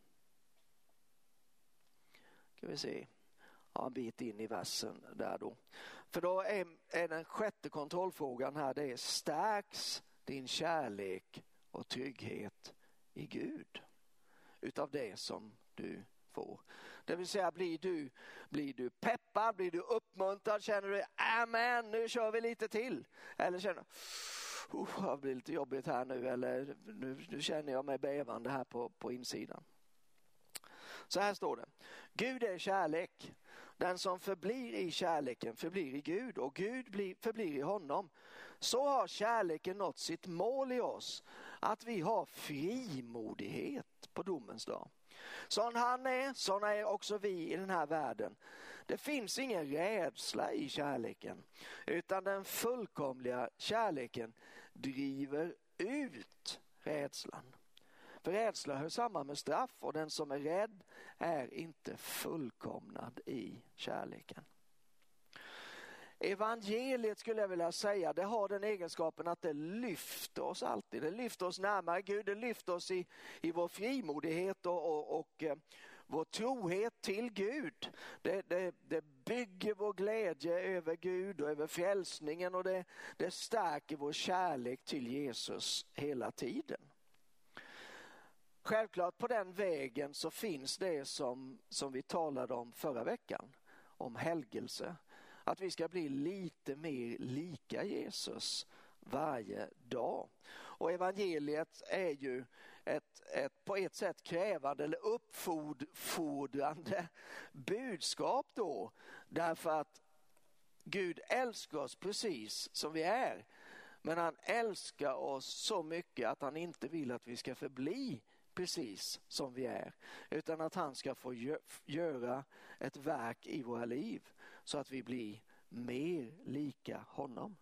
Ska vi se. Ja, en bit in i versen där då. För då är den 6:e kontrollfrågan här, det är: stärks din kärlek och trygghet i Gud utav det som du får? Det vill säga, blir du peppad, blir du uppmuntrad, känner du amen, nu kör vi lite till? Eller känner du, det blir lite jobbigt här nu, eller nu känner jag mig bävande här på insidan. Så här står det: Gud är kärlek. Den som förblir i kärleken förblir i Gud och Gud förblir i honom. Så har kärleken nått sitt mål i oss, att vi har frimodighet på domens dag. Sån han är, såna är också vi i den här världen. Det finns ingen rädsla i kärleken, utan den fullkomliga kärleken driver ut rädslan. För rädsla hör samman med straff, och den som är rädd är inte fullkomnad i kärleken. Evangeliet, skulle jag vilja säga, det har den egenskapen att det lyfter oss alltid. Det lyfter oss närmare Gud, det lyfter oss i vår frimodighet och vår trohet till Gud. Det bygger vår glädje över Gud och över frälsningen, och det stärker vår kärlek till Jesus hela tiden. Självklart på den vägen så finns det som vi talade om förra veckan, om helgelse. Att vi ska bli lite mer lika Jesus varje dag. Och evangeliet är ju ett på ett sätt krävande eller uppfordrande budskap då. Därför att Gud älskar oss precis som vi är. Men han älskar oss så mycket att han inte vill att vi ska förbli precis som vi är. Utan att han ska få göra ett verk i våra liv så att vi blir mer lika honom.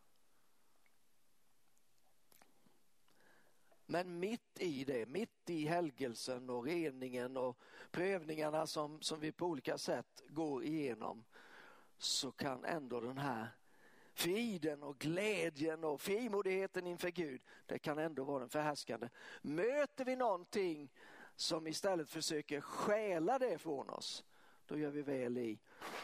Men mitt i helgelsen och reningen och prövningarna som vi på olika sätt går igenom, så kan ändå den här friden och glädjen och frimodigheten inför Gud, det kan ändå vara den förhärskande. Möter vi någonting som istället försöker stjäla det från oss, då gör vi väl i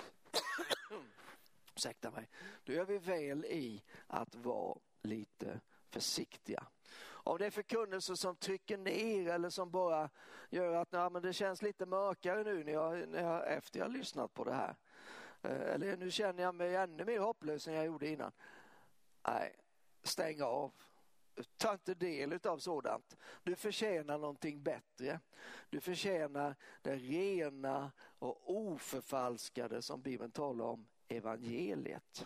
då gör vi väl i att vara lite försiktiga. Om det är förkunnelse som trycker ner eller som bara gör att men det känns lite mörkare nu efter jag har lyssnat på det här. Eller nu känner jag mig ännu mer hopplös än jag gjorde innan. Nej, stäng av. Ta inte del av sådant. Du förtjänar någonting bättre. Du förtjänar det rena och oförfalskade som Bibeln talar om, evangeliet.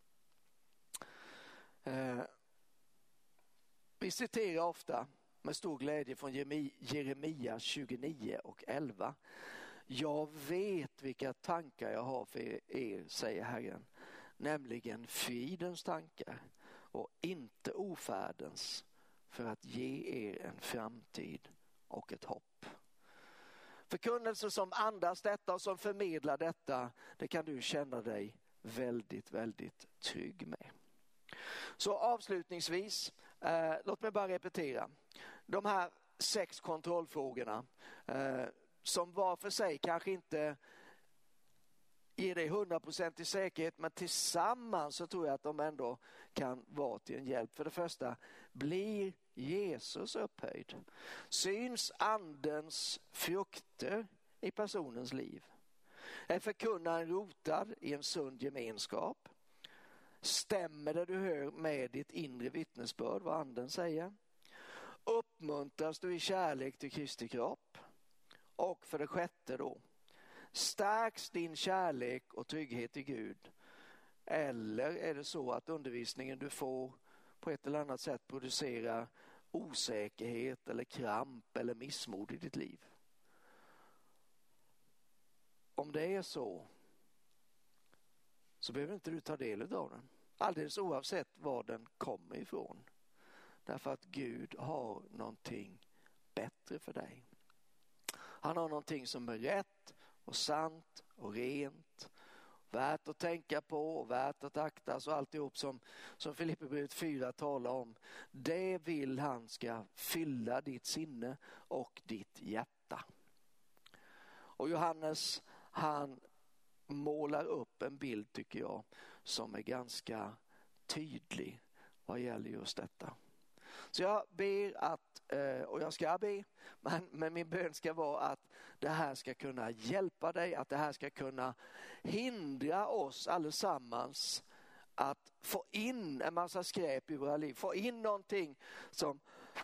Vi citerar ofta med stor glädje från Jeremia 29 och 11. Jag vet vilka tankar jag har för er, säger Herren, nämligen fridens tankar och inte ofärdens, för att ge er en framtid och ett hopp. Förkunnelse som andas detta och som förmedlar detta, det kan du känna dig väldigt, väldigt trygg med. Så avslutningsvis, låt mig bara repetera. De här 6 kontrollfrågorna som var för sig kanske inte ger dig 100% i säkerhet, men tillsammans så tror jag att de ändå kan vara till en hjälp. För det första, blir Jesus upphöjd? Syns andens frukter i personens liv? Är förkunnaren rotad i en sund gemenskap? Stämmer det du hör med ditt inre vittnesbörd, vad anden säger? Uppmuntras du i kärlek till Kristi kropp? Och för det sjätte då, stärks din kärlek och trygghet i Gud? Eller är det så att undervisningen du får på ett eller annat sätt producerar osäkerhet eller kramp eller missmod i ditt liv? Om det är så behöver inte du ta del av den. Alldeles oavsett var den kommer ifrån. Därför att Gud har någonting bättre för dig. Han har någonting som är rätt och sant och rent. Värt att tänka på och värt att aktas och alltihop som Filipperbrevet 4 talar om. Det vill han ska fylla ditt sinne och ditt hjärta. Och Johannes, han målar upp en bild, tycker jag, som är ganska tydlig vad gäller just detta. Så jag ber och jag ska be, men min bön ska vara att det här ska kunna hjälpa dig, att det här ska kunna hindra oss allesammans att få in en massa skräp i våra liv. Få in någonting som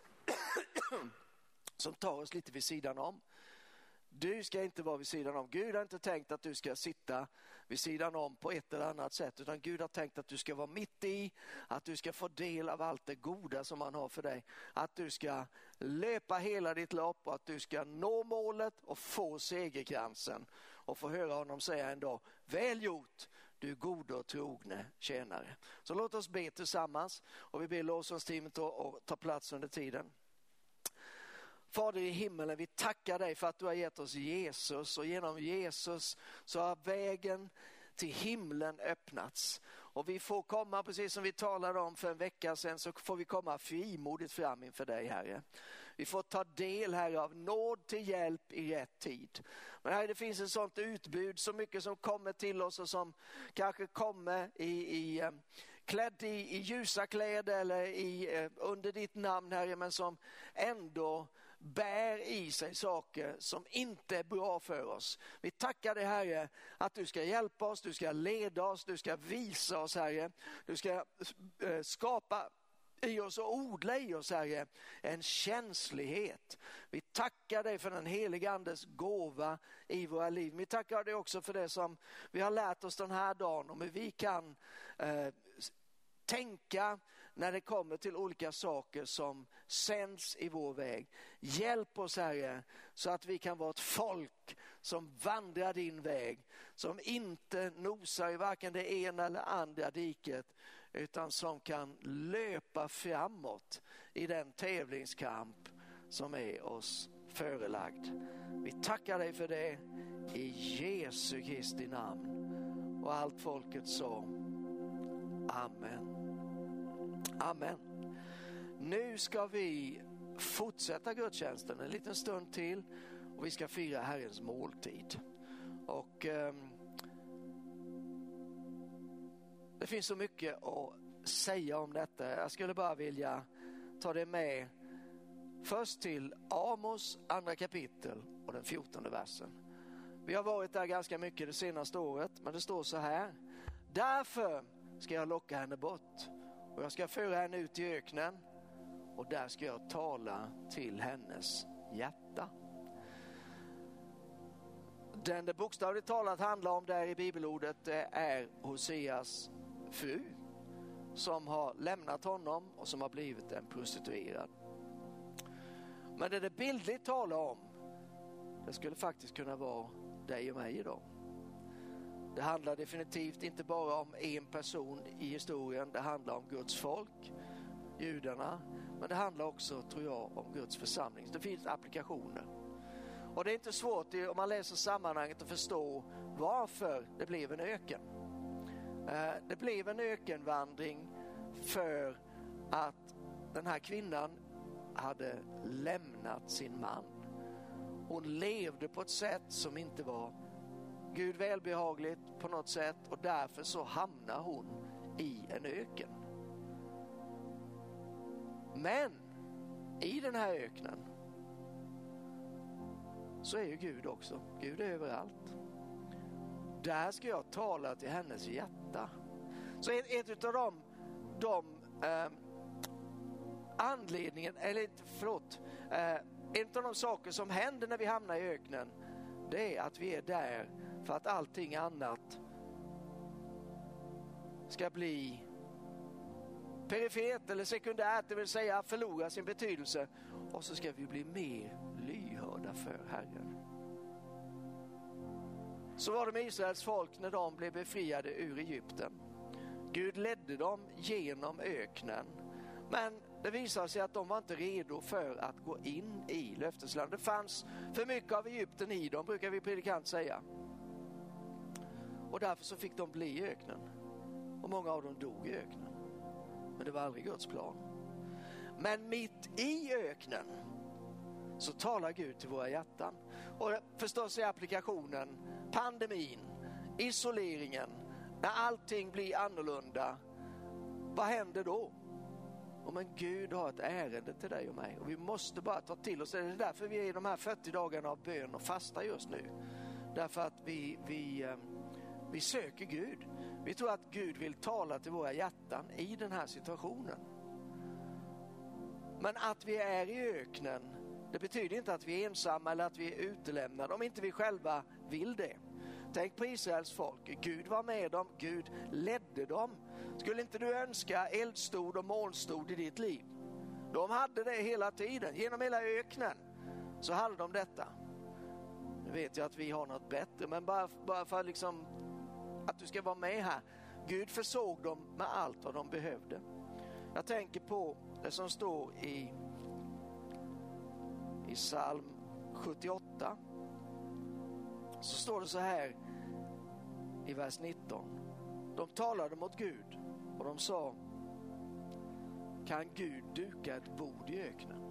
tar oss lite vid sidan om. Du ska inte vara vid sidan om. Gud har inte tänkt att du ska sitta vid sidan om på ett eller annat sätt, utan Gud har tänkt att du ska vara mitt i, att du ska få del av allt det goda som han har för dig. Att du ska löpa hela ditt lopp och att du ska nå målet och få segerkransen och få höra honom säga en dag: väl gjort, du gode och trogne tjänare. Så låt oss be tillsammans och vi ber lovsångsteamet att ta plats under tiden. Fader i himmelen, vi tackar dig för att du har gett oss Jesus, och genom Jesus så har vägen till himlen öppnats. Och vi får komma, precis som vi talade om för en vecka sedan, så får vi komma frimodigt fram inför dig, Herre. Vi får ta del, Herre, av nåd till hjälp i rätt tid. Men Herre, det finns ett sånt utbud, så mycket som kommer till oss och som kanske kommer klädd i ljusa kläder eller under ditt namn, Herre, men som ändå bär i sig saker som inte är bra för oss. Vi tackar dig, Herre, att du ska hjälpa oss, du ska leda oss, du ska visa oss, Herre. Du ska skapa i oss och odla i oss, Herre, en känslighet. Vi tackar dig för den heliga andes gåva i våra liv. Vi tackar dig också för det som vi har lärt oss den här dagen, om hur vi kan tänka när det kommer till olika saker som sänds i vår väg. Hjälp oss, Herre, så att vi kan vara ett folk som vandrar din väg, som inte nosar i varken det ena eller andra diket, utan som kan löpa framåt i den tävlingskamp som är oss förelagd. Vi tackar dig för det i Jesu Kristi namn. Och allt folket sa amen. Amen. Nu ska vi fortsätta gudstjänsten en liten stund till och vi ska fira Herrens måltid. Och det finns så mycket att säga om detta. Jag skulle bara vilja ta det med först till Amos andra kapitel och den 14:e versen. Vi har varit där ganska mycket det senaste året, men det står så här: därför ska jag locka henne bort och jag ska föra henne ut i öknen och där ska jag tala till hennes hjärta. Den det bokstavligt talat handlar om där i bibelordet är Hoseas fru som har lämnat honom och som har blivit en prostituerad. Men det bildligt talar om, det skulle faktiskt kunna vara dig och mig idag. Det handlar definitivt inte bara om en person i historien. Det handlar om Guds folk, judarna. Men det handlar också, tror jag, om Guds församling. Det finns applikationer. Och det är inte svårt om man läser sammanhanget att förstå varför det blev en öken. Det blev en ökenvandring för att den här kvinnan hade lämnat sin man. Hon levde på ett sätt som inte var Gud välbehagligt på något sätt, och därför så hamnar hon i en öken. Men i den här öknen så är ju Gud också. Gud är överallt. Där ska jag tala till hennes hjärta. Så ett av de anledningen, eller förlåt, en av de saker som händer när vi hamnar i öknen, det är att vi är där för att allting annat ska bli perifert eller sekundärt, det vill säga förlora sin betydelse, och så ska vi bli mer lyhörda för Herren. Så var det med Israels folk när de blev befriade ur Egypten. Gud ledde dem genom öknen, men det visade sig att de var inte redo för att gå in i löfteslandet. Det fanns för mycket av Egypten i dem, brukar vi predikant säga. Och därför så fick de bli i öknen. Och många av dem dog i öknen. Men det var aldrig Guds plan. Men mitt i öknen så talar Gud till våra hjärtan. Och förstås är applikationen pandemin, isoleringen, när allting blir annorlunda. Vad händer då? Men Gud har ett ärende till dig och mig, och vi måste bara ta till oss det. Det är därför vi är i de här 40 dagarna av bön och fasta just nu. Därför att vi Vi söker Gud. Vi tror att Gud vill tala till våra hjärtan i den här situationen. Men att vi är i öknen, det betyder inte att vi är ensamma eller att vi är utelämnade om inte vi själva vill det. Tänk på Israels folk. Gud var med dem, Gud ledde dem. Skulle inte du önska eldstod och molnstod i ditt liv? De hade det hela tiden, genom hela öknen så hade de detta. Nu vet jag att vi har något bättre, men bara för liksom att du ska vara med här. Gud försåg dem med allt vad de behövde. Jag tänker på det som står i psalm 78. Så står det så här i vers 19. De talade mot Gud och de sa: kan Gud duka ett bord i öknen?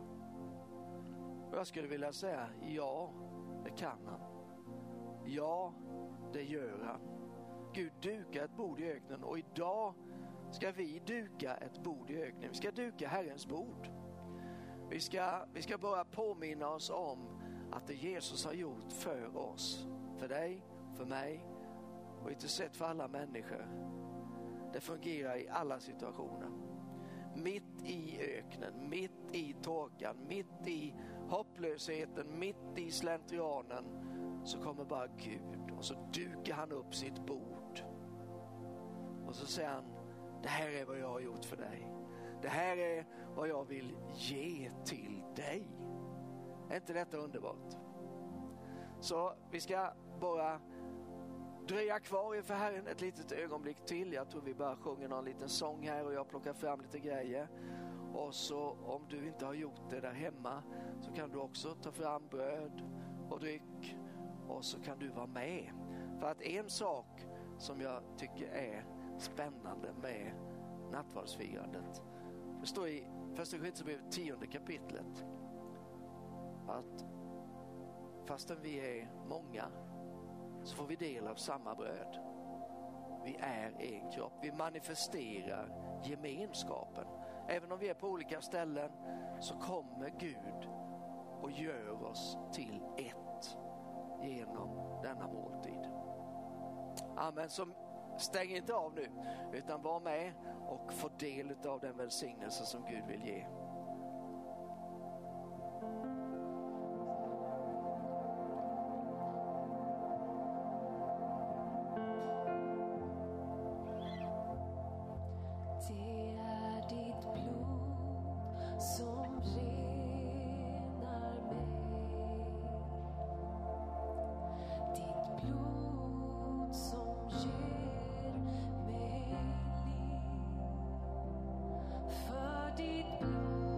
Och jag skulle vilja säga ja, det kan han. Ja, det gör han. Gud dukar ett bord i öknen, och idag ska vi duka ett bord i öknen. Vi ska duka Herrens bord. Vi ska bara påminna oss om att det Jesus har gjort för oss, för dig, för mig och inte sett för alla människor. Det fungerar i alla situationer. Mitt i öknen, mitt i torkan, mitt i hopplösheten, mitt i slentrianen, så kommer bara Gud och så dukar han upp sitt bord. Och så säger han: det här är vad jag har gjort för dig. Det här är vad jag vill ge till dig. Är inte detta underbart? Så vi ska bara dröja kvar inför Herren ett litet ögonblick till. Jag tror vi bara sjunger någon liten sång här och jag plockar fram lite grejer. Och så om du inte har gjort det där hemma så kan du också ta fram bröd och dryck och så kan du vara med. För att en sak som jag tycker är spännande med nattvardsfirandet, det står i första Korinthierbrevet 10:e kapitlet att fastän vi är många så får vi del av samma bröd. Vi är en kropp. Vi manifesterar gemenskapen. Även om vi är på olika ställen så kommer Gud och gör oss till ett genom denna måltid. Amen. Så stäng inte av nu utan var med och få del av den välsignelse som Gud vill ge. För ditt blod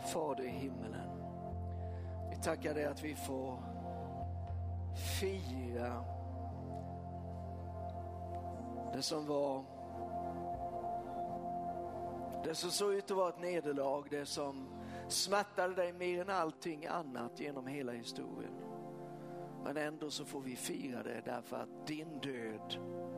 Fader i himmelen, vi tackar dig att vi får fira det som var, det som såg ut att vara ett nederlag, det som smärtade dig mer än allting annat genom hela historien. Men ändå så får vi fira det därför att din död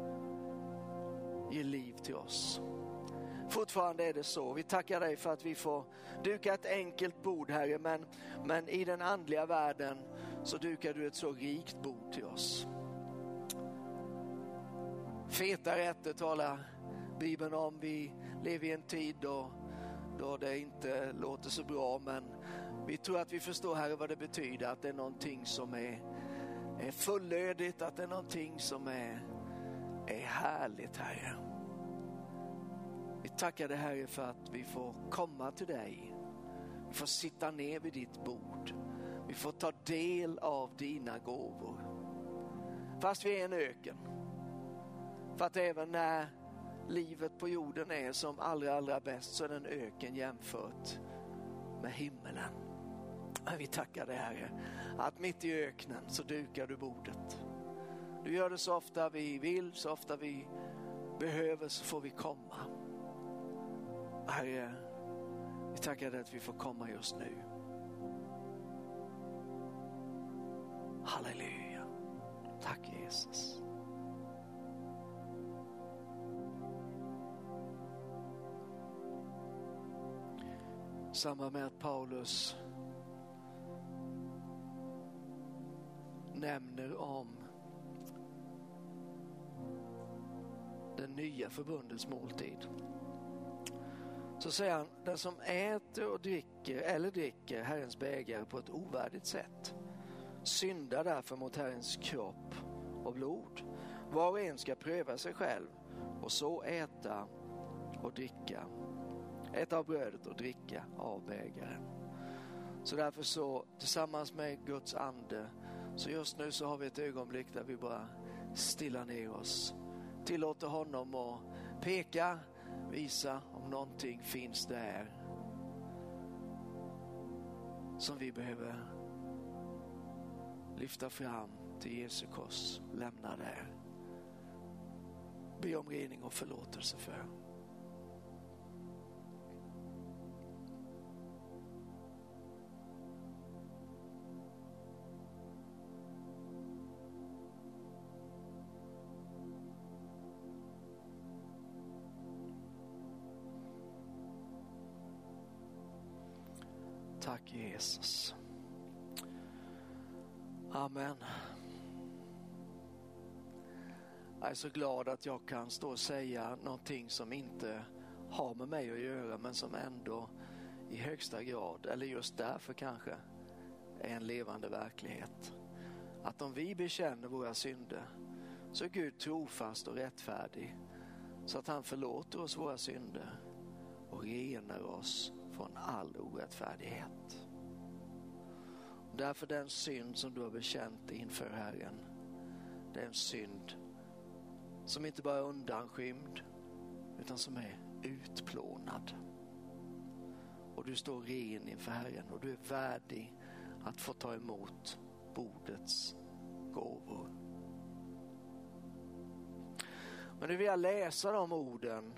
ger liv till oss. Fortfarande är det så. Vi tackar dig för att vi får duka ett enkelt bord, Herre, men i den andliga världen så dukar du ett så rikt bord till oss. Feta rätter talar Bibeln om. Vi lever i en tid då det inte låter så bra, men vi tror att vi förstår, Herre, vad det betyder, att det är någonting som är fullödigt, att det är någonting som är härligt, Herre. Vi tackar dig, Herre, för att vi får komma till dig. Vi får sitta ner vid ditt bord. Vi får ta del av dina gåvor. Fast vi är en öken. För att även när livet på jorden är som allra bäst så är det en öken jämfört med himmelen. Men vi tackar dig, Herre, att mitt i öknen så dukar du bordet. Du gör det så ofta vi vill, så ofta vi behöver, så får vi komma. Herre, vi tackar dig att vi får komma just nu. Halleluja. Tack Jesus. Samma med att Paulus nämner om den nya förbundets måltid. Så säger han, den som äter och dricker Herrens bägare på ett ovärdigt sätt syndar därför mot Herrens kropp och blod. Var och en ska pröva sig själv och så äta av brödet och dricka av bägaren. Så därför så tillsammans med Guds ande, så just nu så har vi ett ögonblick där vi bara stillar ner oss. Tillåter honom att peka, visa om någonting finns där som vi behöver lyfta fram till Jesu kors, lämna där. Be om rening och förlåtelse för. Tack Jesus. Amen. Jag är så glad att jag kan stå och säga någonting som inte har med mig att göra, men som ändå i högsta grad, eller just därför kanske, är en levande verklighet. Att om vi bekänner våra synder så är Gud trofast och rättfärdig, så att han förlåter oss våra synder och renar oss från all orättfärdighet. Därför den synd som du har bekänt inför Herren, det är en synd som inte bara är undanskymd utan som är utplånad. Och du står ren inför Herren och du är värdig att få ta emot bordets gåvor. Men nu vill jag läsa de orden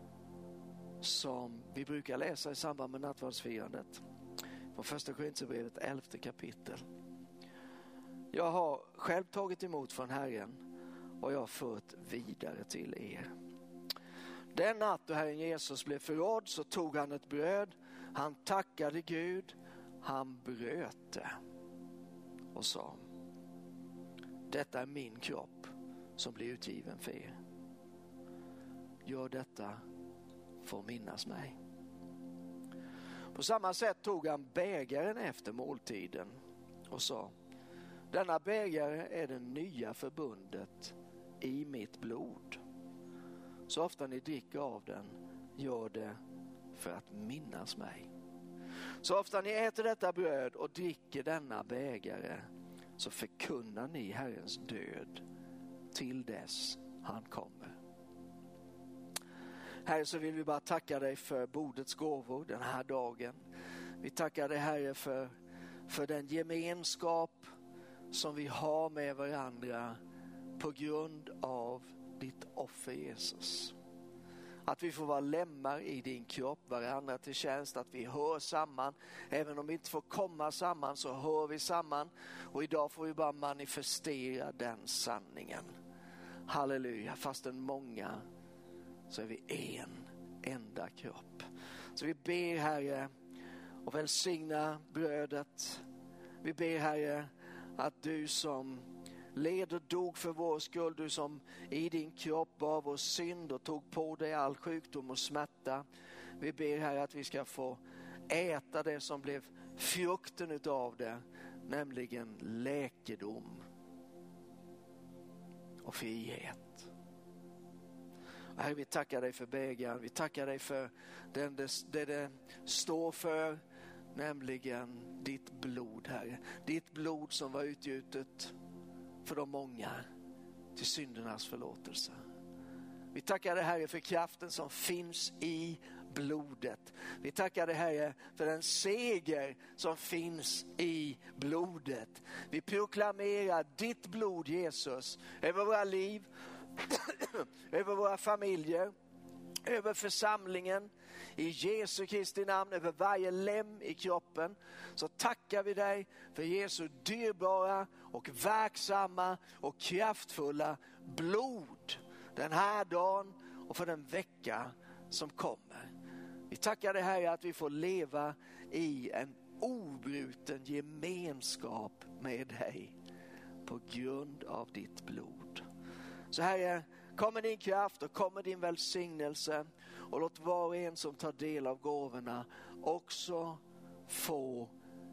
som vi brukar läsa i samband med nattvardsfirandet. Från första Korinthierbrevet 11:e kapitel. Jag har själv tagit emot från Herren och jag har fört vidare till er. Den natt då Herren Jesus blev förrådd så tog han ett bröd, han tackade Gud, han bröt det och sa: detta är min kropp som blir utgiven för er. Gör detta för att minnas mig. På samma sätt tog han bägaren efter måltiden och sa: denna bägare är det nya förbundet i mitt blod. Så ofta ni dricker av den, gör det för att minnas mig. Så ofta ni äter detta bröd och dricker denna bägare, så förkunnar ni Herrens död till dess han kommer. Herre, så vill vi bara tacka dig för bordets gåvor den här dagen. Vi tackar dig Herre för den gemenskap som vi har med varandra på grund av ditt offer Jesus. Att vi får vara lemmar i din kropp, varandra till tjänst, att vi hör samman. Även om vi inte får komma samman så hör vi samman. Och idag får vi bara manifestera den sanningen. Halleluja, fastän många så är vi en enda kropp. Så vi ber Herre och välsigna brödet. Vi ber Herre att du som led och dog för vår skull, du som i din kropp var vår synd och tog på dig all sjukdom och smärta. Vi ber Herre att vi ska få äta det som blev frukten utav det, nämligen läkedom och frihet. Och Herre, vi tackar dig för bägaren, vi tackar dig för det står för, nämligen ditt blod Herre. Ditt blod som var utgjutet för de många till syndernas förlåtelse. Vi tackar dig Herre för kraften som finns i blodet. Vi tackar dig Herre för den seger som finns i blodet. Vi proklamerar ditt blod Jesus över våra liv, över våra familjer, över församlingen, i Jesu Kristi namn, över varje lem i kroppen. Så tackar vi dig för Jesu dyrbara och verksamma och kraftfulla blod den här dagen och för den vecka som kommer. Vi tackar dig Herre att vi får leva i en obruten gemenskap med dig på grund av ditt blod. Så Herre, kommer din kraft och kommer din välsignelse, och låt var och en som tar del av gåvorna också få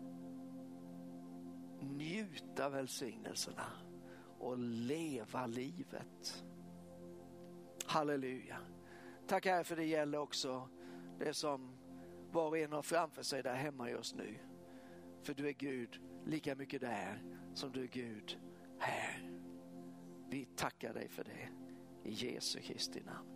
njuta välsignelserna och leva livet. Halleluja. Tack Herre för det gäller också det som var och en har framför sig där hemma just nu. För du är Gud lika mycket där som du är Gud här. Vi tackar dig för det i Jesu Kristi namn.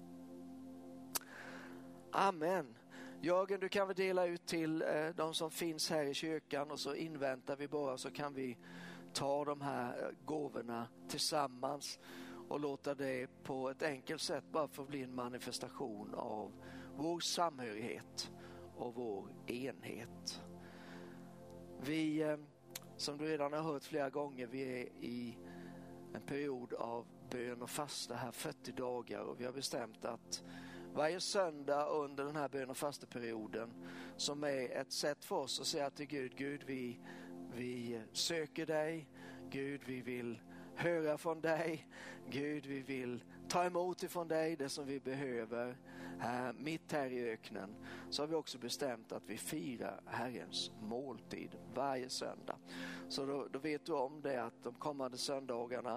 Amen. Jörgen, du kan väl dela ut till de som finns här i kyrkan, och så inväntar vi bara, så kan vi ta de här gåvorna tillsammans och låta det på ett enkelt sätt bara få bli en manifestation av vår samhörighet och vår enhet. Vi, som du redan har hört flera gånger, vi är i en period av bön och fasta här 40 dagar, och vi har bestämt att varje söndag under den här bön- och fasteperioden, som är ett sätt för oss att säga till Gud, vi söker dig, Gud, vi vill höra från dig, Gud, vi vill ta emot ifrån dig det som vi behöver mitt här i öknen. Så har vi också bestämt att vi firar Herrens måltid varje söndag. Så då vet du om det, att de kommande söndagarna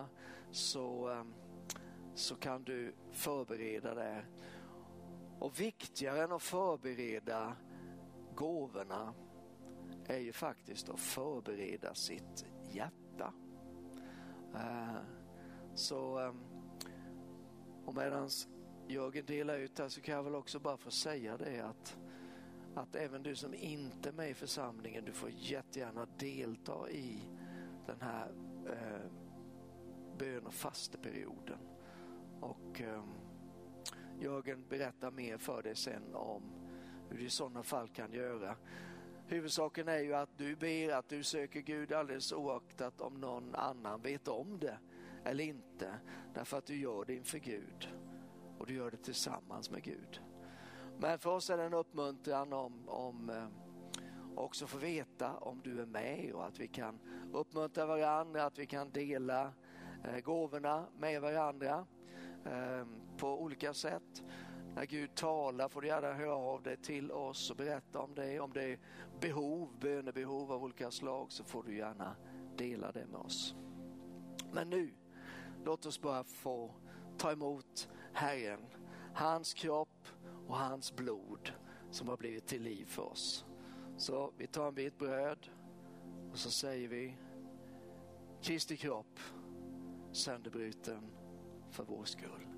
så kan du förbereda det. Och viktigare än att förbereda gåvorna är ju faktiskt att förbereda sitt hjärta. Och medan Jörgen delar ut här, så kan jag väl också bara få säga det att även du som inte är med i församlingen, du får jättegärna delta i den här bön- och fasteperioden. Och Jörgen berättar mer för dig sen om hur du i sådana fall kan göra. Huvudsaken är ju att du ber, att du söker Gud, alldeles oaktat om någon annan vet om det eller inte. Därför att du gör det inför Gud och du gör det tillsammans med Gud. Men för oss är det en uppmuntran om också få veta om du är med, och att vi kan uppmuntra varandra, att vi kan dela gåvorna med varandra på olika sätt. När Gud talar får du gärna höra av dig till oss och berätta om det. Om det är bönebehov av olika slag, så får du gärna dela det med oss. Men nu, låt oss bara få ta emot Herren, hans kropp och hans blod som har blivit till liv för oss. Så vi tar en bit bröd och så säger vi: Kristi kropp sönderbruten för vår skull.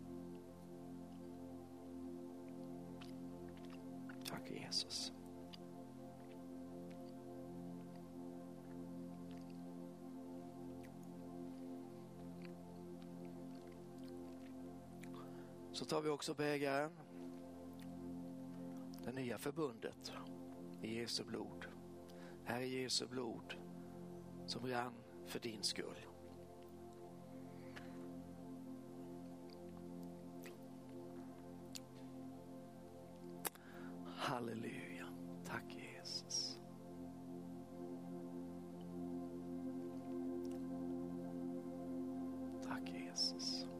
Tack Jesus. Så tar vi också bägaren. Det nya förbundet i Jesu blod. Här är Jesu blod som rann för din skull. Halleluja. Tack Jesus. Tack Jesus.